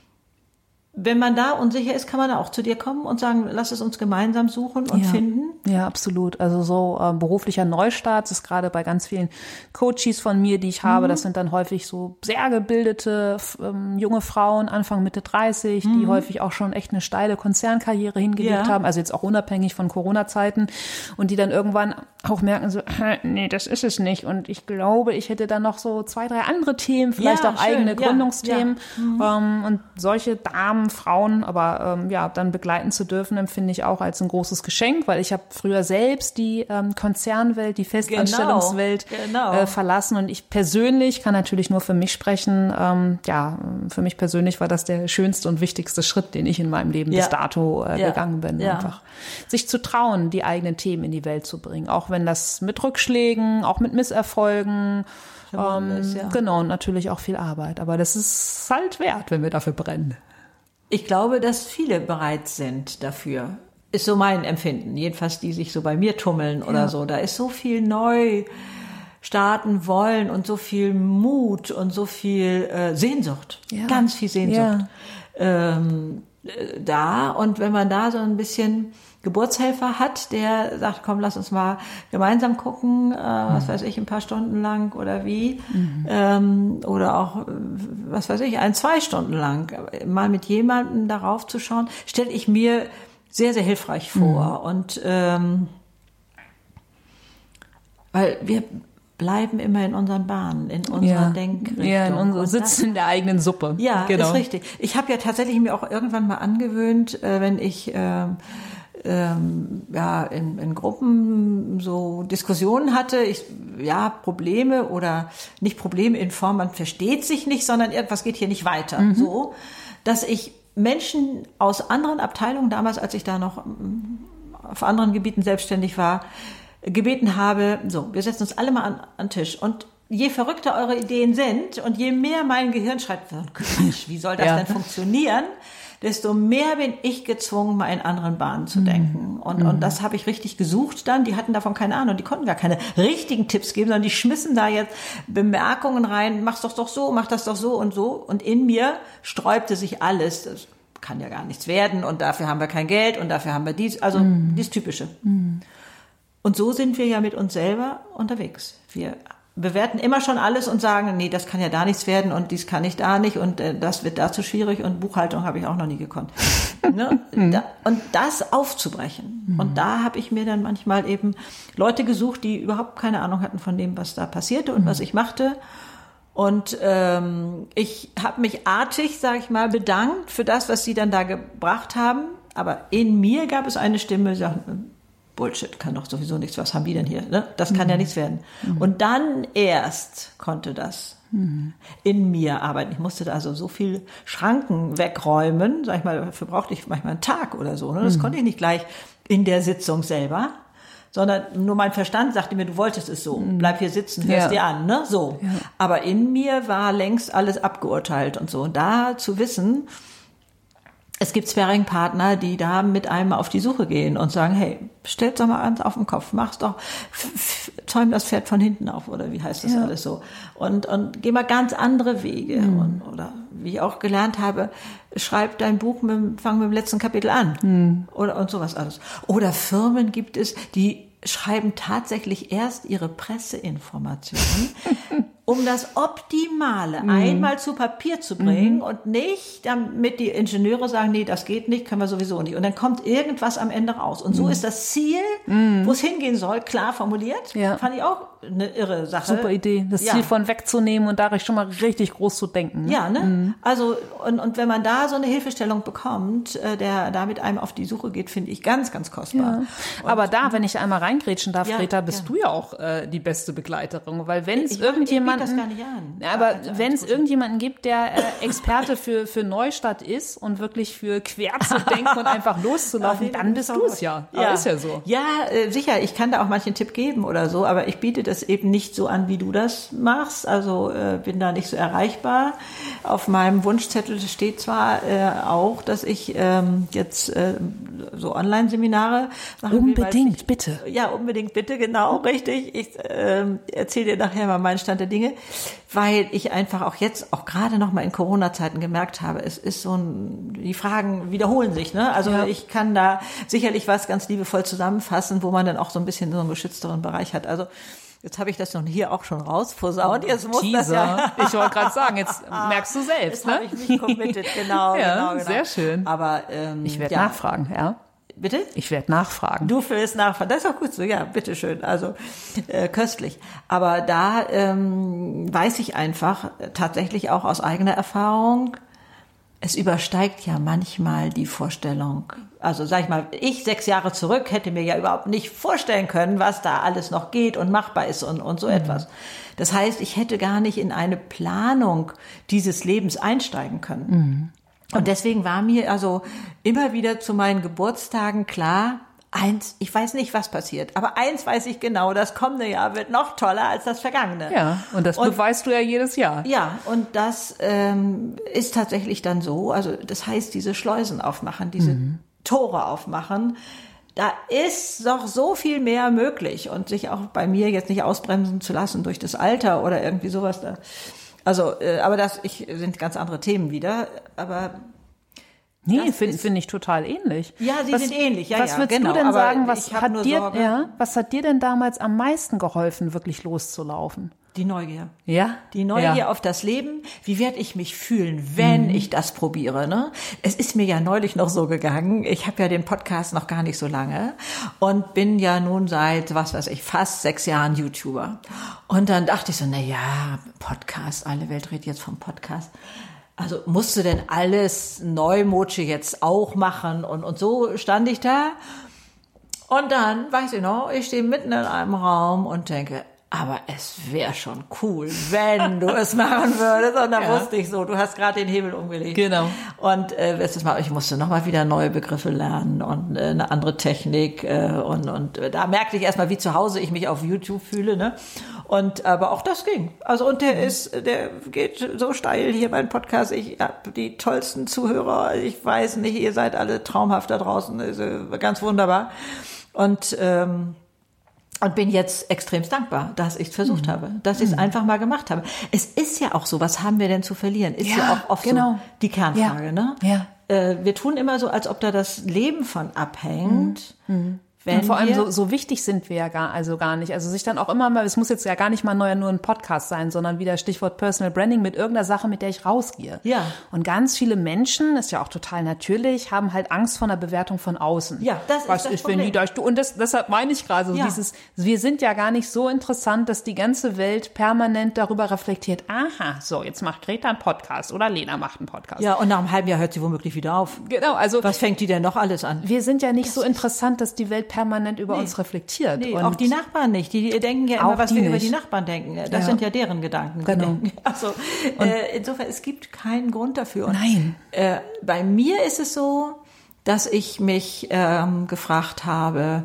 wenn man da unsicher ist, kann man auch zu dir kommen und sagen, lass es uns gemeinsam suchen und finden. Ja, absolut. Also so beruflicher Neustart ist gerade bei ganz vielen Coaches von mir, die ich habe, das sind dann häufig so sehr gebildete junge Frauen, Anfang Mitte 30, die häufig auch schon echt eine steile Konzernkarriere hingelegt haben, also jetzt auch unabhängig von Corona-Zeiten und die dann irgendwann auch merken so, nee, das ist es nicht. Und ich glaube, ich hätte da noch so 2, 3 andere Themen, vielleicht auch schön, eigene Gründungsthemen. Und solche Damen, Frauen, aber dann begleiten zu dürfen, empfinde ich auch als ein großes Geschenk, weil ich habe früher selbst die Konzernwelt, die Festanstellungswelt verlassen. Und ich persönlich kann natürlich nur für mich sprechen. Für mich persönlich war das der schönste und wichtigste Schritt, den ich in meinem Leben bis dato gegangen bin. Einfach sich zu trauen, die eigenen Themen in die Welt zu bringen. Auch wenn das mit Rückschlägen, auch mit Misserfolgen, genau, und natürlich auch viel Arbeit. Aber das ist halt wert, wenn wir dafür brennen. Ich glaube, dass viele bereit sind dafür. Ist so mein Empfinden. Jedenfalls die sich so bei mir tummeln oder so. Da ist so viel neu starten wollen und so viel Mut und so viel Sehnsucht. Ja. Ganz viel Sehnsucht. Ja. Da. Und wenn man da so ein bisschen Geburtshelfer hat, der sagt, komm, lass uns mal gemeinsam gucken, was weiß ich, ein paar Stunden lang oder wie, oder auch, was weiß ich, 2 Stunden lang, mal mit jemandem darauf zu schauen, stelle ich mir sehr, sehr hilfreich vor. Und weil wir bleiben immer in unseren Bahnen, in unserer Denkrichtung. Ja, sitzen in der eigenen Suppe. Ja, genau. Ist richtig. Ich habe ja tatsächlich mir auch irgendwann mal angewöhnt, wenn ich in Gruppen so Diskussionen hatte, Probleme oder nicht Probleme in Form, man versteht sich nicht, sondern irgendwas geht hier nicht weiter. So, dass ich Menschen aus anderen Abteilungen, damals als ich da noch auf anderen Gebieten selbstständig war, gebeten habe, so, wir setzen uns alle mal an den Tisch und je verrückter eure Ideen sind und je mehr mein Gehirn schreibt, Quatsch, wie soll das denn funktionieren, desto mehr bin ich gezwungen, mal in anderen Bahnen zu denken. Und das habe ich richtig gesucht dann. Die hatten davon keine Ahnung. Die konnten gar keine richtigen Tipps geben, sondern die schmissen da jetzt Bemerkungen rein. Mach's doch so, mach das doch so und so. Und in mir sträubte sich alles. Das kann ja gar nichts werden. Und dafür haben wir kein Geld. Und dafür haben wir dies. Also dies Typische. Und so sind wir ja mit uns selber unterwegs. Wir bewerten immer schon alles und sagen, nee, das kann ja da nichts werden und dies kann ich da nicht und das wird da zu schwierig und Buchhaltung habe ich auch noch nie gekonnt. Ne? Und das aufzubrechen. Und da habe ich mir dann manchmal eben Leute gesucht, die überhaupt keine Ahnung hatten von dem, was da passierte und was ich machte. Und ich habe mich artig, sage ich mal, bedankt für das, was sie dann da gebracht haben. Aber in mir gab es eine Stimme, die sagte, Bullshit, kann doch sowieso nichts, was haben die denn hier? Ne? Das kann ja nichts werden. Und dann erst konnte das in mir arbeiten. Ich musste da also so viel Schranken wegräumen, sag ich mal, dafür brauchte ich manchmal einen Tag oder so. Ne? Das konnte ich nicht gleich in der Sitzung selber, sondern nur mein Verstand sagte mir, du wolltest es so, bleib hier sitzen, hörst dir an, ne? So. Ja. Aber in mir war längst alles abgeurteilt und so. Und da zu wissen, es gibt Sparring-Partner, die da mit einem auf die Suche gehen und sagen, hey, stell's doch mal eins auf den Kopf, mach's doch, zäum das Pferd von hinten auf, oder wie heißt das alles so? Und geh mal ganz andere Wege. Oder wie ich auch gelernt habe, schreib dein Buch, fang mit dem letzten Kapitel an. Und sowas alles. Oder Firmen gibt es, die schreiben tatsächlich erst ihre Presseinformationen, um das Optimale einmal zu Papier zu bringen und nicht, damit die Ingenieure sagen, nee, das geht nicht, können wir sowieso nicht. Und dann kommt irgendwas am Ende raus. Und so ist das Ziel, wo es hingehen soll, klar formuliert. Ja. Fand ich auch eine irre Sache. Super Idee, das Ziel von wegzunehmen und dadurch schon mal richtig groß zu denken. Ne? Ja, ne? Also, und wenn man da so eine Hilfestellung bekommt, der da mit einem auf die Suche geht, finde ich ganz, ganz kostbar. Ja. Aber da, wenn ich einmal reingrätschen darf, Greta, bist du ja auch die beste Begleiterin, weil wenn es irgendjemanden, das gar nicht an. Aber wenn es irgendjemanden gibt, der Experte für Neustart ist und wirklich für quer zu denken und einfach loszulaufen, dann bist du es ja. Ja. Ist ja so. Ja, sicher, ich kann da auch manchen Tipp geben oder so, aber ich biete das eben nicht so an, wie du das machst. Also bin da nicht so erreichbar. Auf meinem Wunschzettel steht zwar auch, dass ich jetzt so Online-Seminare machen Unbedingt, bitte. Ja, unbedingt, bitte, genau, richtig. Ich erzähle dir nachher mal meinen Stand der Dinge, weil ich einfach auch jetzt, auch gerade noch mal in Corona-Zeiten gemerkt habe, es ist so die Fragen wiederholen sich, ne? Also ich kann da sicherlich was ganz liebevoll zusammenfassen, wo man dann auch so ein bisschen so einen geschützteren Bereich hat. Also jetzt habe ich das noch hier auch schon rausposaunt. Jetzt muss Teaser. Das ja. Ich wollte gerade sagen, jetzt merkst du selbst. Jetzt habe ich mich committed, genau. Sehr schön. Aber ich werde nachfragen, ja. Bitte? Ich werde nachfragen. Du willst nachfragen. Das ist auch gut so, ja, bitteschön. Also köstlich. Aber da weiß ich einfach tatsächlich auch aus eigener Erfahrung, es übersteigt ja manchmal die Vorstellung. Also sag ich mal, 6 Jahre zurück hätte mir ja überhaupt nicht vorstellen können, was da alles noch geht und machbar ist und so etwas. Das heißt, ich hätte gar nicht in eine Planung dieses Lebens einsteigen können. Und deswegen war mir also immer wieder zu meinen Geburtstagen klar, ich weiß nicht, was passiert, aber eins weiß ich genau, das kommende Jahr wird noch toller als das vergangene. Ja, und das beweist du ja jedes Jahr. Ja, und das ist tatsächlich dann so, also das heißt, diese Schleusen aufmachen, diese Tore aufmachen, da ist doch so viel mehr möglich und sich auch bei mir jetzt nicht ausbremsen zu lassen durch das Alter oder irgendwie sowas da. Also, aber sind ganz andere Themen wieder, aber nee, finde ich total ähnlich. Ja, sie sind ähnlich, ja, was würdest du denn sagen, was hat dir denn damals am meisten geholfen, wirklich loszulaufen? Die Neugier. Ja? Die Neugier auf das Leben. Wie werde ich mich fühlen, wenn ich das probiere, ne? Es ist mir ja neulich noch so gegangen. Ich habe ja den Podcast noch gar nicht so lange und bin ja nun seit, fast 6 Jahren YouTuber. Und dann dachte ich so, Podcast, alle Welt redet jetzt vom Podcast. Also musst du denn alles Neumodsche jetzt auch machen? Und so stand ich da. Und dann, weiß ich noch, ich stehe mitten in einem Raum und denke, aber es wäre schon cool, wenn du es machen würdest. Und dann wusste ich so, du hast gerade den Hebel umgelegt. Genau. Und ich musste nochmal wieder neue Begriffe lernen und eine andere Technik. Und da merkte ich erstmal, wie zu Hause ich mich auf YouTube fühle, ne? Aber auch das ging. Also, und der geht so steil hier beim Podcast. Ich habe die tollsten Zuhörer. Ich weiß nicht, ihr seid alle traumhaft da draußen. Ist ganz wunderbar. Und bin jetzt extremst dankbar, dass ich es versucht habe, dass ich es einfach mal gemacht habe. Es ist ja auch so, was haben wir denn zu verlieren? Ist ja auch oft so die Kernfrage, ne? Ja. Wir tun immer so, als ob da das Leben von abhängt. Und vor allem so wichtig sind wir ja gar nicht. Also sich dann auch immer mal, es muss jetzt ja gar nicht mal nur ein Podcast sein, sondern wieder Stichwort Personal Branding mit irgendeiner Sache, mit der ich rausgehe. Ja. Und ganz viele Menschen, ist ja auch total natürlich, haben halt Angst vor einer Bewertung von außen. Ja, das ist das Problem. Und deshalb meine ich gerade so wir sind ja gar nicht so interessant, dass die ganze Welt permanent darüber reflektiert, aha, so, jetzt macht Greta einen Podcast oder Lena macht einen Podcast. Ja, und nach einem halben Jahr hört sie womöglich wieder auf. Genau, also. Was fängt die denn noch alles an? Wir sind ja nicht so interessant, dass die Welt permanent über uns reflektiert. Nee, und auch die Nachbarn nicht. Die denken ja immer, was wir über die Nachbarn denken. Das sind ja deren Gedanken. Genau. Also insofern, es gibt keinen Grund dafür. Und, nein. Bei mir ist es so, dass ich mich gefragt habe,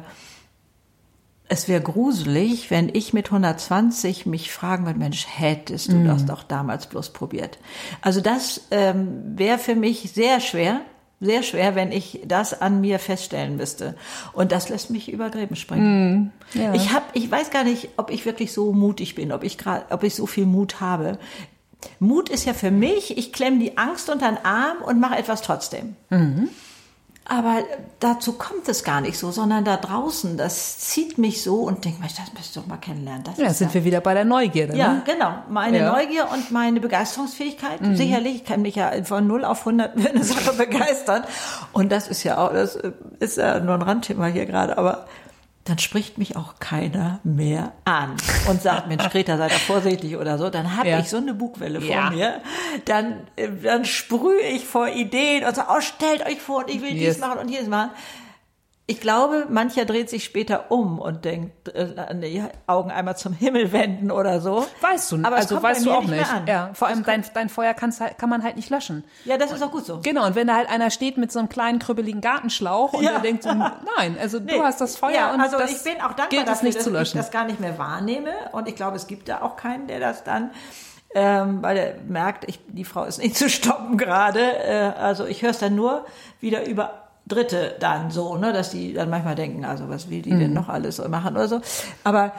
es wäre gruselig, wenn ich mit 120 mich fragen würde, Mensch, hättest du das doch damals bloß probiert. Also das wäre für mich sehr schwer, wenn ich das an mir feststellen müsste. Und das lässt mich über Gräben springen. Ja. Ich weiß gar nicht, ob ich wirklich so mutig bin, ob ich so viel Mut habe. Mut ist ja für mich, ich klemme die Angst unter den Arm und mache etwas trotzdem. Aber dazu kommt es gar nicht so, sondern da draußen, das zieht mich so und denkt, das müsst du doch mal kennenlernen. Sind wir wieder bei der Neugierde. Ja, ne? Genau. Meine Neugier und meine Begeisterungsfähigkeit. Sicherlich, ich kann mich ja von 0 auf 100 für eine Sache begeistern. Und das ist ja nur ein Randthema hier gerade, aber dann spricht mich auch keiner mehr an und sagt, Mensch, Greta, sei da vorsichtig oder so. Dann habe ich so eine Bugwelle vor mir. Dann sprühe ich vor Ideen und so, stellt euch vor, und ich will dies machen und jenes machen. Ich glaube, mancher dreht sich später um und denkt, die Augen einmal zum Himmel wenden oder so. Weißt du, aber weißt du auch nicht. Ja, vor allem dein Feuer kann man halt nicht löschen. Ja, das ist auch gut so. Genau, und wenn da halt einer steht mit so einem kleinen, krüppeligen Gartenschlauch und der denkt so, nein, also du hast das Feuer und also das ich bin auch dankbar gilt dafür, nicht dass zu löschen. Ich das gar nicht mehr wahrnehme und ich glaube, es gibt da auch keinen, der das dann weil er merkt, die Frau ist nicht zu stoppen gerade. Also ich höre es dann nur wieder über Dritte dann so, ne, dass die dann manchmal denken, also was will die denn noch alles machen oder so. Aber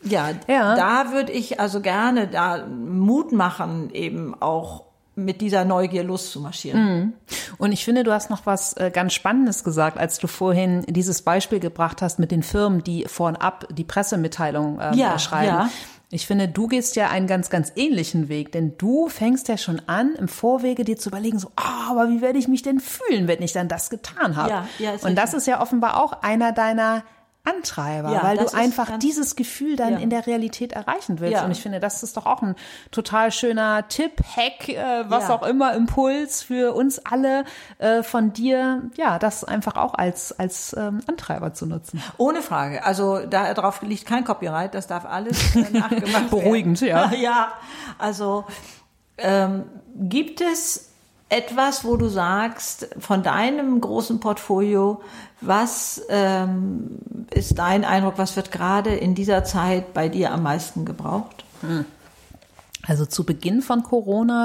da würde ich also gerne da Mut machen, eben auch mit dieser Neugier loszumarschieren. Und ich finde, du hast noch was ganz Spannendes gesagt, als du vorhin dieses Beispiel gebracht hast mit den Firmen, die vorab die Pressemitteilung schreiben. Ja. Ich finde, du gehst ja einen ganz, ganz ähnlichen Weg, denn du fängst ja schon an, im Vorwege dir zu überlegen, so, aber wie werde ich mich denn fühlen, wenn ich dann das getan habe? Und das ist ja offenbar auch einer deiner Antreiber, weil du einfach dieses Gefühl dann in der Realität erreichen willst. Ja. Und ich finde, das ist doch auch ein total schöner Tipp, Hack, was auch immer, Impuls für uns alle von dir, das einfach auch als Antreiber zu nutzen. Ohne Frage. Also darauf liegt kein Copyright, das darf alles nachgemacht werden. Beruhigend, ja. Ja, also gibt es etwas, wo du sagst, von deinem großen Portfolio, was ist dein Eindruck, was wird gerade in dieser Zeit bei dir am meisten gebraucht? Also zu Beginn von Corona,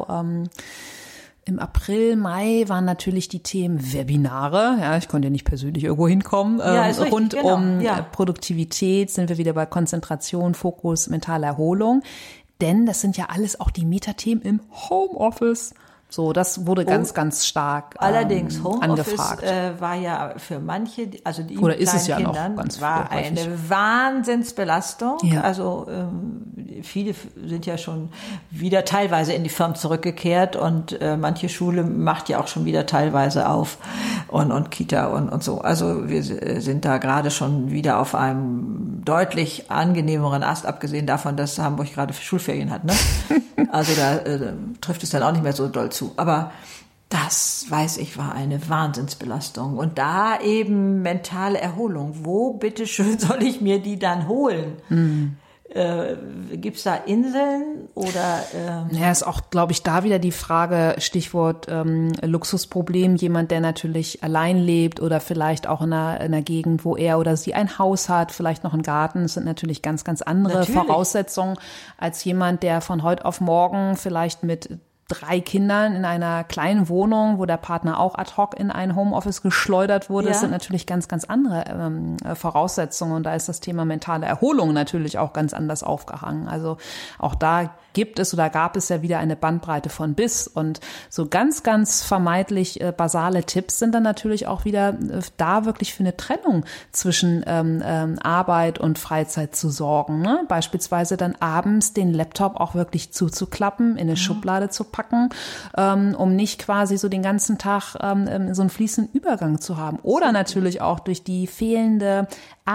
im April, Mai waren natürlich die Themen Webinare. Ja, ich konnte ja nicht persönlich irgendwo hinkommen. Rund um Produktivität sind wir wieder bei Konzentration, Fokus, mentale Erholung. Denn das sind ja alles auch die Metathemen im Homeoffice. So, das wurde ganz, ganz stark allerdings Homeoffice angefragt. War ja für manche, also die oder ist es ja Kindern, noch ganz war häufig. Eine Wahnsinnsbelastung. Ja. Also viele sind ja schon wieder teilweise in die Firmen zurückgekehrt und manche Schule macht ja auch schon wieder teilweise auf und Kita und so. Also wir sind da gerade schon wieder auf einem deutlich angenehmeren Ast, abgesehen davon, dass Hamburg gerade Schulferien hat. Ne? Also da trifft es dann auch nicht mehr so doll zu. Aber das, weiß ich, war eine Wahnsinnsbelastung. Und da eben mentale Erholung. Wo, bitteschön, soll ich mir die dann holen? Gibt's da Inseln oder? Ja, ist auch, glaube ich, da wieder die Frage, Stichwort Luxusproblem. Jemand, der natürlich allein lebt oder vielleicht auch in einer Gegend, wo er oder sie ein Haus hat, vielleicht noch einen Garten. Das sind natürlich ganz, ganz andere Voraussetzungen als jemand, der von heute auf morgen vielleicht mit 3 Kindern in einer kleinen Wohnung, wo der Partner auch ad hoc in ein Homeoffice geschleudert wurde. Das sind natürlich ganz, ganz andere Voraussetzungen. Und da ist das Thema mentale Erholung natürlich auch ganz anders aufgehangen. Also auch da gab es ja wieder eine Bandbreite von bis. Und so ganz, ganz vermeintlich basale Tipps sind dann natürlich auch wieder da wirklich für eine Trennung zwischen Arbeit und Freizeit zu sorgen. Ne? Beispielsweise dann abends den Laptop auch wirklich zuzuklappen, in eine Schublade zu packen, um nicht quasi so den ganzen Tag so einen fließenden Übergang zu haben. Oder natürlich auch durch die fehlende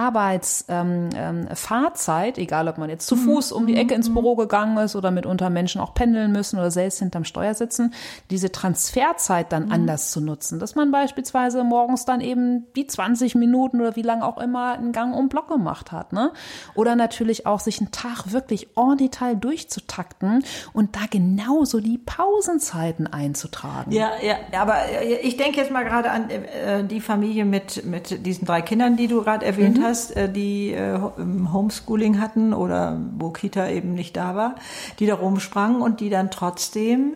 Arbeitsfahrzeit, egal ob man jetzt zu Fuß um die Ecke ins Büro gegangen ist oder mitunter Menschen auch pendeln müssen oder selbst hinterm Steuer sitzen, diese Transferzeit dann anders zu nutzen. Dass man beispielsweise morgens dann eben die 20 Minuten oder wie lange auch immer einen Gang um den Block gemacht hat. Ne? Oder natürlich auch sich einen Tag wirklich en Detail durchzutakten und da genauso die Pausenzeiten einzutragen. Ja, aber ich denke jetzt mal gerade an die Familie mit diesen 3 Kindern, die du gerade erwähnt hast, die Homeschooling hatten oder wo Kita eben nicht da war, die da rumsprangen und die dann trotzdem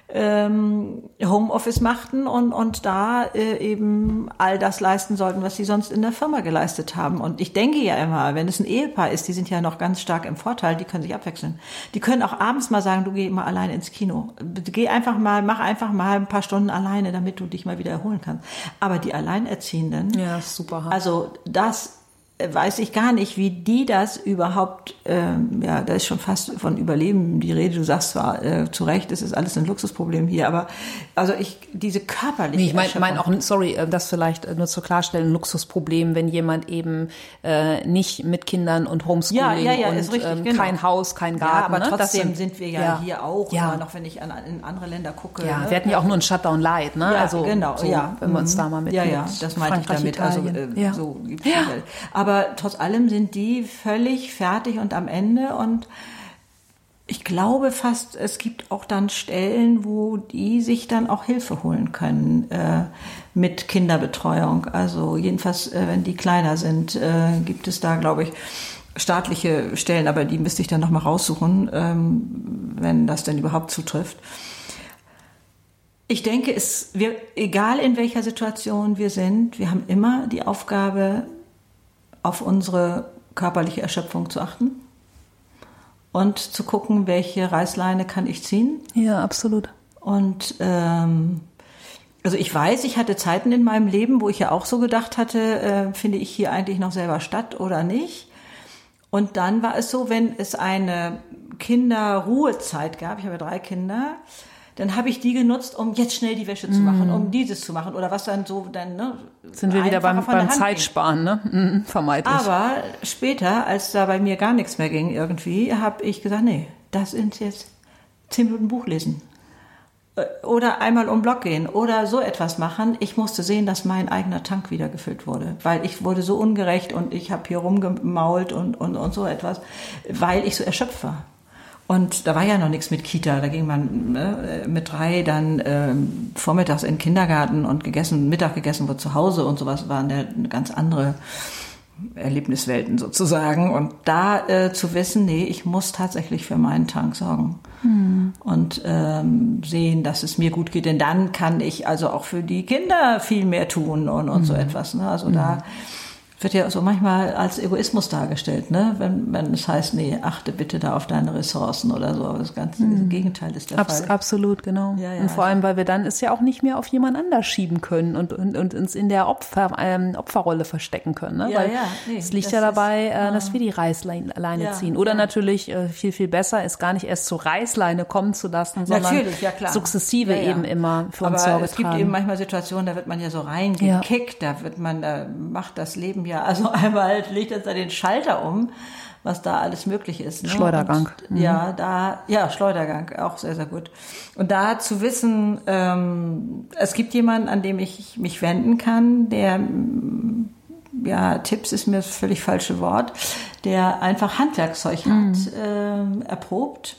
Homeoffice machten und da eben all das leisten sollten, was sie sonst in der Firma geleistet haben. Und ich denke ja immer, wenn es ein Ehepaar ist, die sind ja noch ganz stark im Vorteil, die können sich abwechseln. Die können auch abends mal sagen, du geh mal alleine ins Kino. Mach einfach mal ein paar Stunden alleine, damit du dich mal wieder erholen kannst. Aber die Alleinerziehenden, ja, super. Also das weiß ich gar nicht, wie die das überhaupt, da ist schon fast von Überleben die Rede. Du sagst zwar zu Recht, es ist alles ein Luxusproblem hier, aber also diese körperliche ich meine auch, das vielleicht nur zur Klarstellen, ein Luxusproblem, wenn jemand eben nicht mit Kindern und Homeschooling und ist richtig, kein Haus, kein Garten. Ja, aber ne? trotzdem sind wir hier auch, immer noch wenn ich in andere Länder gucke. Ja, wir hatten ja auch nur ein Shutdown Light, ne? Ja, also genau, so, wenn wir uns da mal mit das meinte ich damit. Italien. So gibt's die Welt. Aber trotz allem sind die völlig fertig und am Ende und ich glaube fast, es gibt auch dann Stellen, wo die sich dann auch Hilfe holen können mit Kinderbetreuung. Also jedenfalls, wenn die kleiner sind, gibt es da, glaube ich, staatliche Stellen, aber die müsste ich dann noch mal raussuchen, wenn das denn überhaupt zutrifft. Ich denke, egal in welcher Situation wir sind, wir haben immer die Aufgabe, auf unsere körperliche Erschöpfung zu achten und zu gucken, welche Reißleine kann ich ziehen. Ja, absolut. Und also ich weiß, ich hatte Zeiten in meinem Leben, wo ich ja auch so gedacht hatte, finde ich hier eigentlich noch selber statt oder nicht? Und dann war es so, wenn es eine Kinderruhezeit gab, ich habe 3 Kinder, dann habe ich die genutzt, um jetzt schnell die Wäsche zu machen, um dieses zu machen oder was dann so dann sind wir wieder beim Zeitsparen, ne? Vermeidlich. Aber später, als da bei mir gar nichts mehr ging irgendwie, habe ich gesagt, nee, das sind jetzt 10 Minuten Buch lesen oder einmal um den Block gehen oder so etwas machen. Ich musste sehen, dass mein eigener Tank wieder gefüllt wurde, weil ich wurde so ungerecht und ich habe hier rumgemault und so etwas, weil ich so erschöpft war. Und da war ja noch nichts mit Kita, da ging man mit 3 dann vormittags in den Kindergarten und Mittag gegessen wurde zu Hause und sowas, waren ja eine ganz andere Erlebniswelten sozusagen. Und da zu wissen, nee, ich muss tatsächlich für meinen Tank sorgen und sehen, dass es mir gut geht, denn dann kann ich also auch für die Kinder viel mehr tun und so etwas. Ne? Also da wird ja so manchmal als Egoismus dargestellt, ne? Wenn es heißt, nee, achte bitte da auf deine Ressourcen oder so. Aber das ganze Gegenteil ist der Fall. Absolut, genau. Ja, und vor allem, weil wir dann es ja auch nicht mehr auf jemand anders schieben können und uns in der Opferrolle verstecken können. Ne? Weil es liegt ja dabei, dass wir die Reißleine ziehen. Oder natürlich viel, viel besser ist, gar nicht erst zur Reißleine kommen zu lassen, sondern sukzessive eben immer für uns Sorge tragen. Aber es gibt eben manchmal Situationen, da wird man ja so reingekickt, da macht das Leben also einmal legt er da den Schalter um, was da alles möglich ist. Ne? Schleudergang. Und, Schleudergang, auch sehr, sehr gut. Und da zu wissen, es gibt jemanden, an dem ich mich wenden kann, der, Tipps ist mir das völlig falsche Wort, der einfach Handwerkszeug hat, erprobt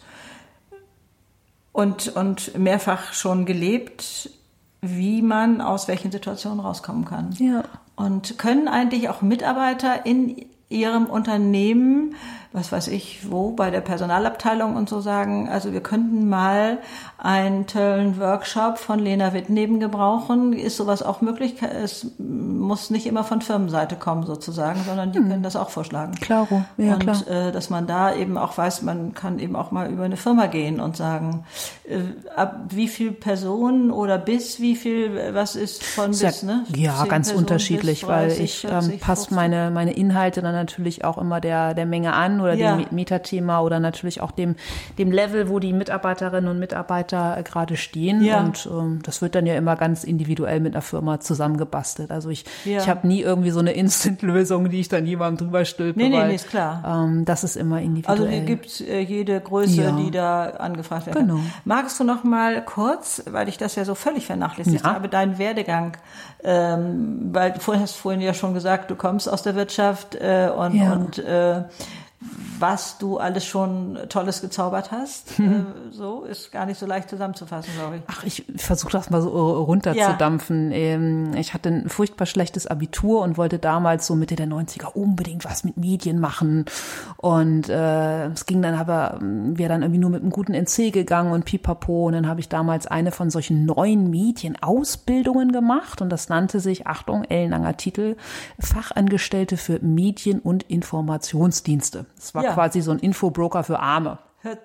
und mehrfach schon gelebt, wie man aus welchen Situationen rauskommen kann. Ja. Und können eigentlich auch Mitarbeiter in ihrem Unternehmen, was weiß ich wo, bei der Personalabteilung und so sagen, also wir könnten mal einen tollen Workshop von Lena Wittneben gebrauchen. Ist sowas auch möglich? Es muss nicht immer von Firmenseite kommen sozusagen, sondern die können das auch vorschlagen. Klaro, ja, und klar. Dass man da eben auch weiß, man kann eben auch mal über eine Firma gehen und sagen, ab wie viel Personen oder bis wie viel, was ist von bis, ne? Ja, ganz Personen unterschiedlich, 30, weil ich passe meine Inhalte dann natürlich auch immer der Menge an oder dem Metathema oder natürlich auch dem Level, wo die Mitarbeiterinnen und Mitarbeiter gerade stehen. Ja. Und das wird dann ja immer ganz individuell mit einer Firma zusammengebastelt. Also ich habe nie irgendwie so eine Instant-Lösung, die ich dann jemandem drüber stülpe. Nee, ist klar. Das ist immer individuell. Also hier gibt's jede Größe, die da angefragt werden kann. Magst du noch mal kurz, weil ich das ja so völlig vernachlässigt habe, deinen Werdegang, weil du hast vorhin ja schon gesagt, du kommst aus der Wirtschaft und was du alles schon Tolles gezaubert hast, so ist gar nicht so leicht zusammenzufassen, glaube ich. Ach, ich versuche das mal so runterzudampfen. Ja. Ich hatte ein furchtbar schlechtes Abitur und wollte damals so Mitte der 90er unbedingt was mit Medien machen. Und es ging dann aber, wäre dann irgendwie nur mit einem guten NC gegangen und pipapo. Und dann habe ich damals eine von solchen neuen Medienausbildungen gemacht und das nannte sich, Achtung, ellenlanger Titel, Fachangestellte für Medien- und Informationsdienste. Das war quasi so ein Infobroker für Arme.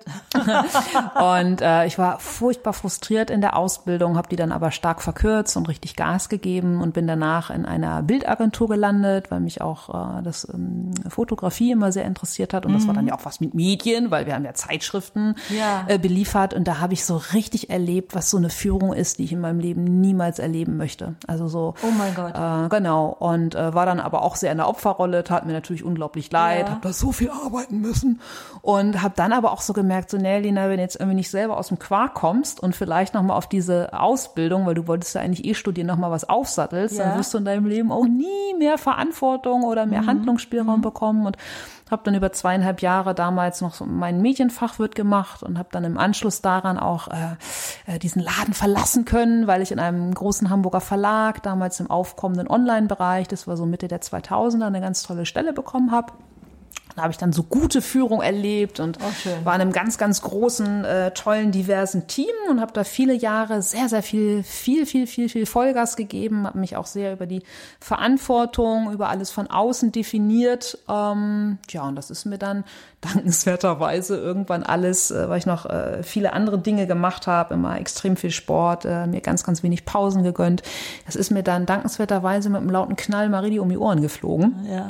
Und ich war furchtbar frustriert in der Ausbildung, habe die dann aber stark verkürzt und richtig Gas gegeben und bin danach in einer Bildagentur gelandet, weil mich auch das Fotografie immer sehr interessiert hat und das war dann ja auch was mit Medien, weil wir haben ja Zeitschriften beliefert und da habe ich so richtig erlebt, was so eine Führung ist, die ich in meinem Leben niemals erleben möchte. Also so. Oh mein Gott. Genau. Und war dann aber auch sehr in der Opferrolle, tat mir natürlich unglaublich leid, habe da so viel arbeiten müssen und habe dann aber auch so gemerkt, so, nee, Lena, wenn du jetzt irgendwie nicht selber aus dem Quark kommst und vielleicht nochmal auf diese Ausbildung, weil du wolltest ja eigentlich studieren, nochmal was aufsattelst, dann wirst du in deinem Leben auch nie mehr Verantwortung oder mehr Handlungsspielraum bekommen und habe dann über 2,5 Jahre damals noch so meinen Medienfachwirt gemacht und habe dann im Anschluss daran auch diesen Laden verlassen können, weil ich in einem großen Hamburger Verlag, damals im aufkommenden Online-Bereich, das war so Mitte der 2000er, eine ganz tolle Stelle bekommen habe. Da habe ich dann so gute Führung erlebt und war in einem ganz, ganz großen, tollen, diversen Team und habe da viele Jahre sehr, sehr viel Vollgas gegeben, habe mich auch sehr über die Verantwortung, über alles von außen definiert. Und das ist mir dann dankenswerterweise irgendwann alles, weil ich noch viele andere Dinge gemacht habe, immer extrem viel Sport, mir ganz, ganz wenig Pausen gegönnt. Das ist mir dann dankenswerterweise mit einem lauten Knall Maridi um die Ohren geflogen. Ja.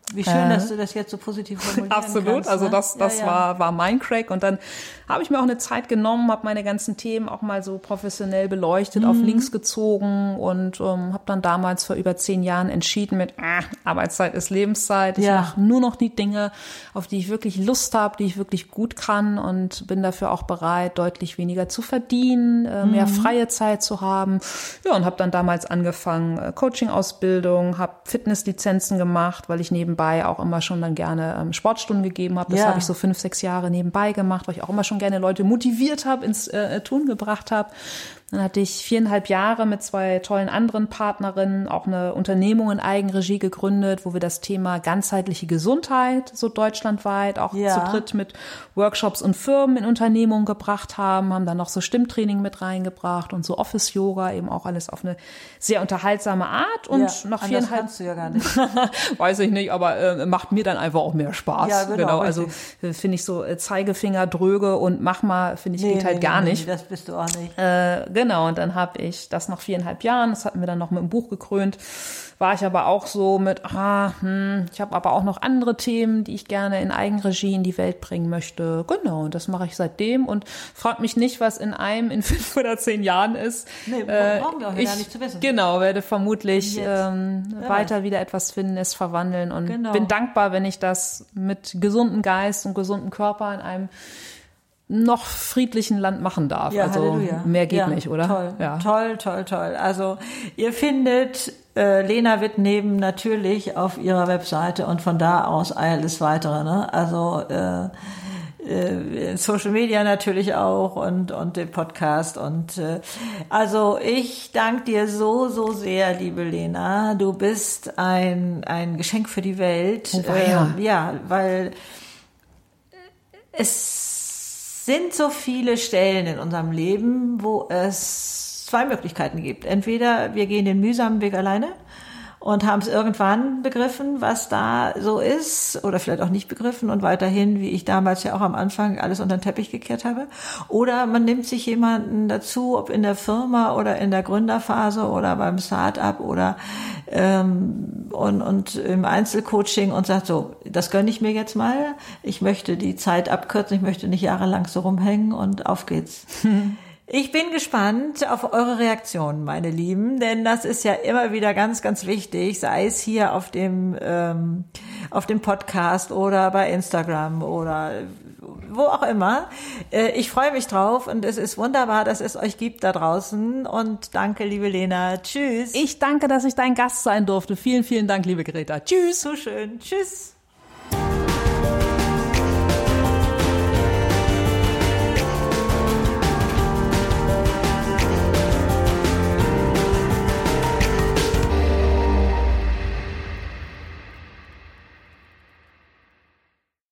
Wie schön, dass du das jetzt so positiv formulieren Absolut, kannst, also ne? das war mein Crack. Und dann habe ich mir auch eine Zeit genommen, habe meine ganzen Themen auch mal so professionell beleuchtet, auf links gezogen und habe dann damals vor über 10 Jahren entschieden mit Arbeitszeit ist Lebenszeit. Ich mache nur noch die Dinge, auf die ich wirklich Lust habe, die ich wirklich gut kann und bin dafür auch bereit, deutlich weniger zu verdienen, mehr freie Zeit zu haben. Ja, und habe dann damals angefangen, Coaching-Ausbildung, habe Fitnesslizenzen gemacht, weil ich nebenbei auch immer schon dann gerne Sportstunden gegeben habe. Das habe ich so 5, 6 Jahre nebenbei gemacht, weil ich auch immer schon gerne Leute motiviert habe, ins Tun gebracht habe. Dann hatte ich 4,5 Jahre mit 2 tollen anderen Partnerinnen auch eine Unternehmung in Eigenregie gegründet, wo wir das Thema ganzheitliche Gesundheit so deutschlandweit auch zu dritt mit Workshops und Firmen in Unternehmungen gebracht haben dann noch so Stimmtraining mit reingebracht und so Office-Yoga, eben auch alles auf eine sehr unterhaltsame Art. Und nach 4,5 kannst du ja gar nicht. Weiß ich nicht, aber macht mir dann einfach auch mehr Spaß. Ja, genau. Also finde ich so Zeigefinger dröge und mach mal, finde ich, geht halt gar nicht. Nee, das bist du auch nicht. Genau, und dann habe ich das nach 4,5 Jahren, das hatten wir dann noch mit dem Buch gekrönt, war ich aber auch so mit, ich habe aber auch noch andere Themen, die ich gerne in Eigenregie in die Welt bringen möchte. Genau, und das mache ich seitdem und fragt mich nicht, was in 5 oder 10 Jahren ist. Nee, brauchen wir auch gar nicht zu wissen. Genau, werde vermutlich weiter wieder etwas finden, es verwandeln und bin dankbar, wenn ich das mit gesundem Geist und gesundem Körper in einem noch friedlichen Land machen darf. Ja, also Halleluja. Mehr geht nicht, oder? Toll, ja. toll. Also ihr findet Lena Wittneben natürlich auf ihrer Webseite und von da aus alles weitere. Ne? Also Social Media natürlich auch und den Podcast. Und also ich danke dir so sehr, liebe Lena. Du bist ein Geschenk für die Welt. Ja, weil es sind so viele Stellen in unserem Leben, wo es 2 Möglichkeiten gibt. Entweder wir gehen den mühsamen Weg alleine und haben es irgendwann begriffen, was da so ist, oder vielleicht auch nicht begriffen und weiterhin, wie ich damals ja auch am Anfang alles unter den Teppich gekehrt habe. Oder man nimmt sich jemanden dazu, ob in der Firma oder in der Gründerphase oder beim Start-up oder und im Einzelcoaching und sagt so, das gönne ich mir jetzt mal. Ich möchte die Zeit abkürzen, ich möchte nicht jahrelang so rumhängen und auf geht's. Ich bin gespannt auf eure Reaktionen, meine Lieben, denn das ist ja immer wieder ganz, ganz wichtig, sei es hier auf dem Podcast oder bei Instagram oder wo auch immer. Ich freue mich drauf und es ist wunderbar, dass es euch gibt da draußen und danke, liebe Lena. Tschüss. Ich danke, dass ich dein Gast sein durfte. Vielen, vielen Dank, liebe Greta. Tschüss. So schön. Tschüss.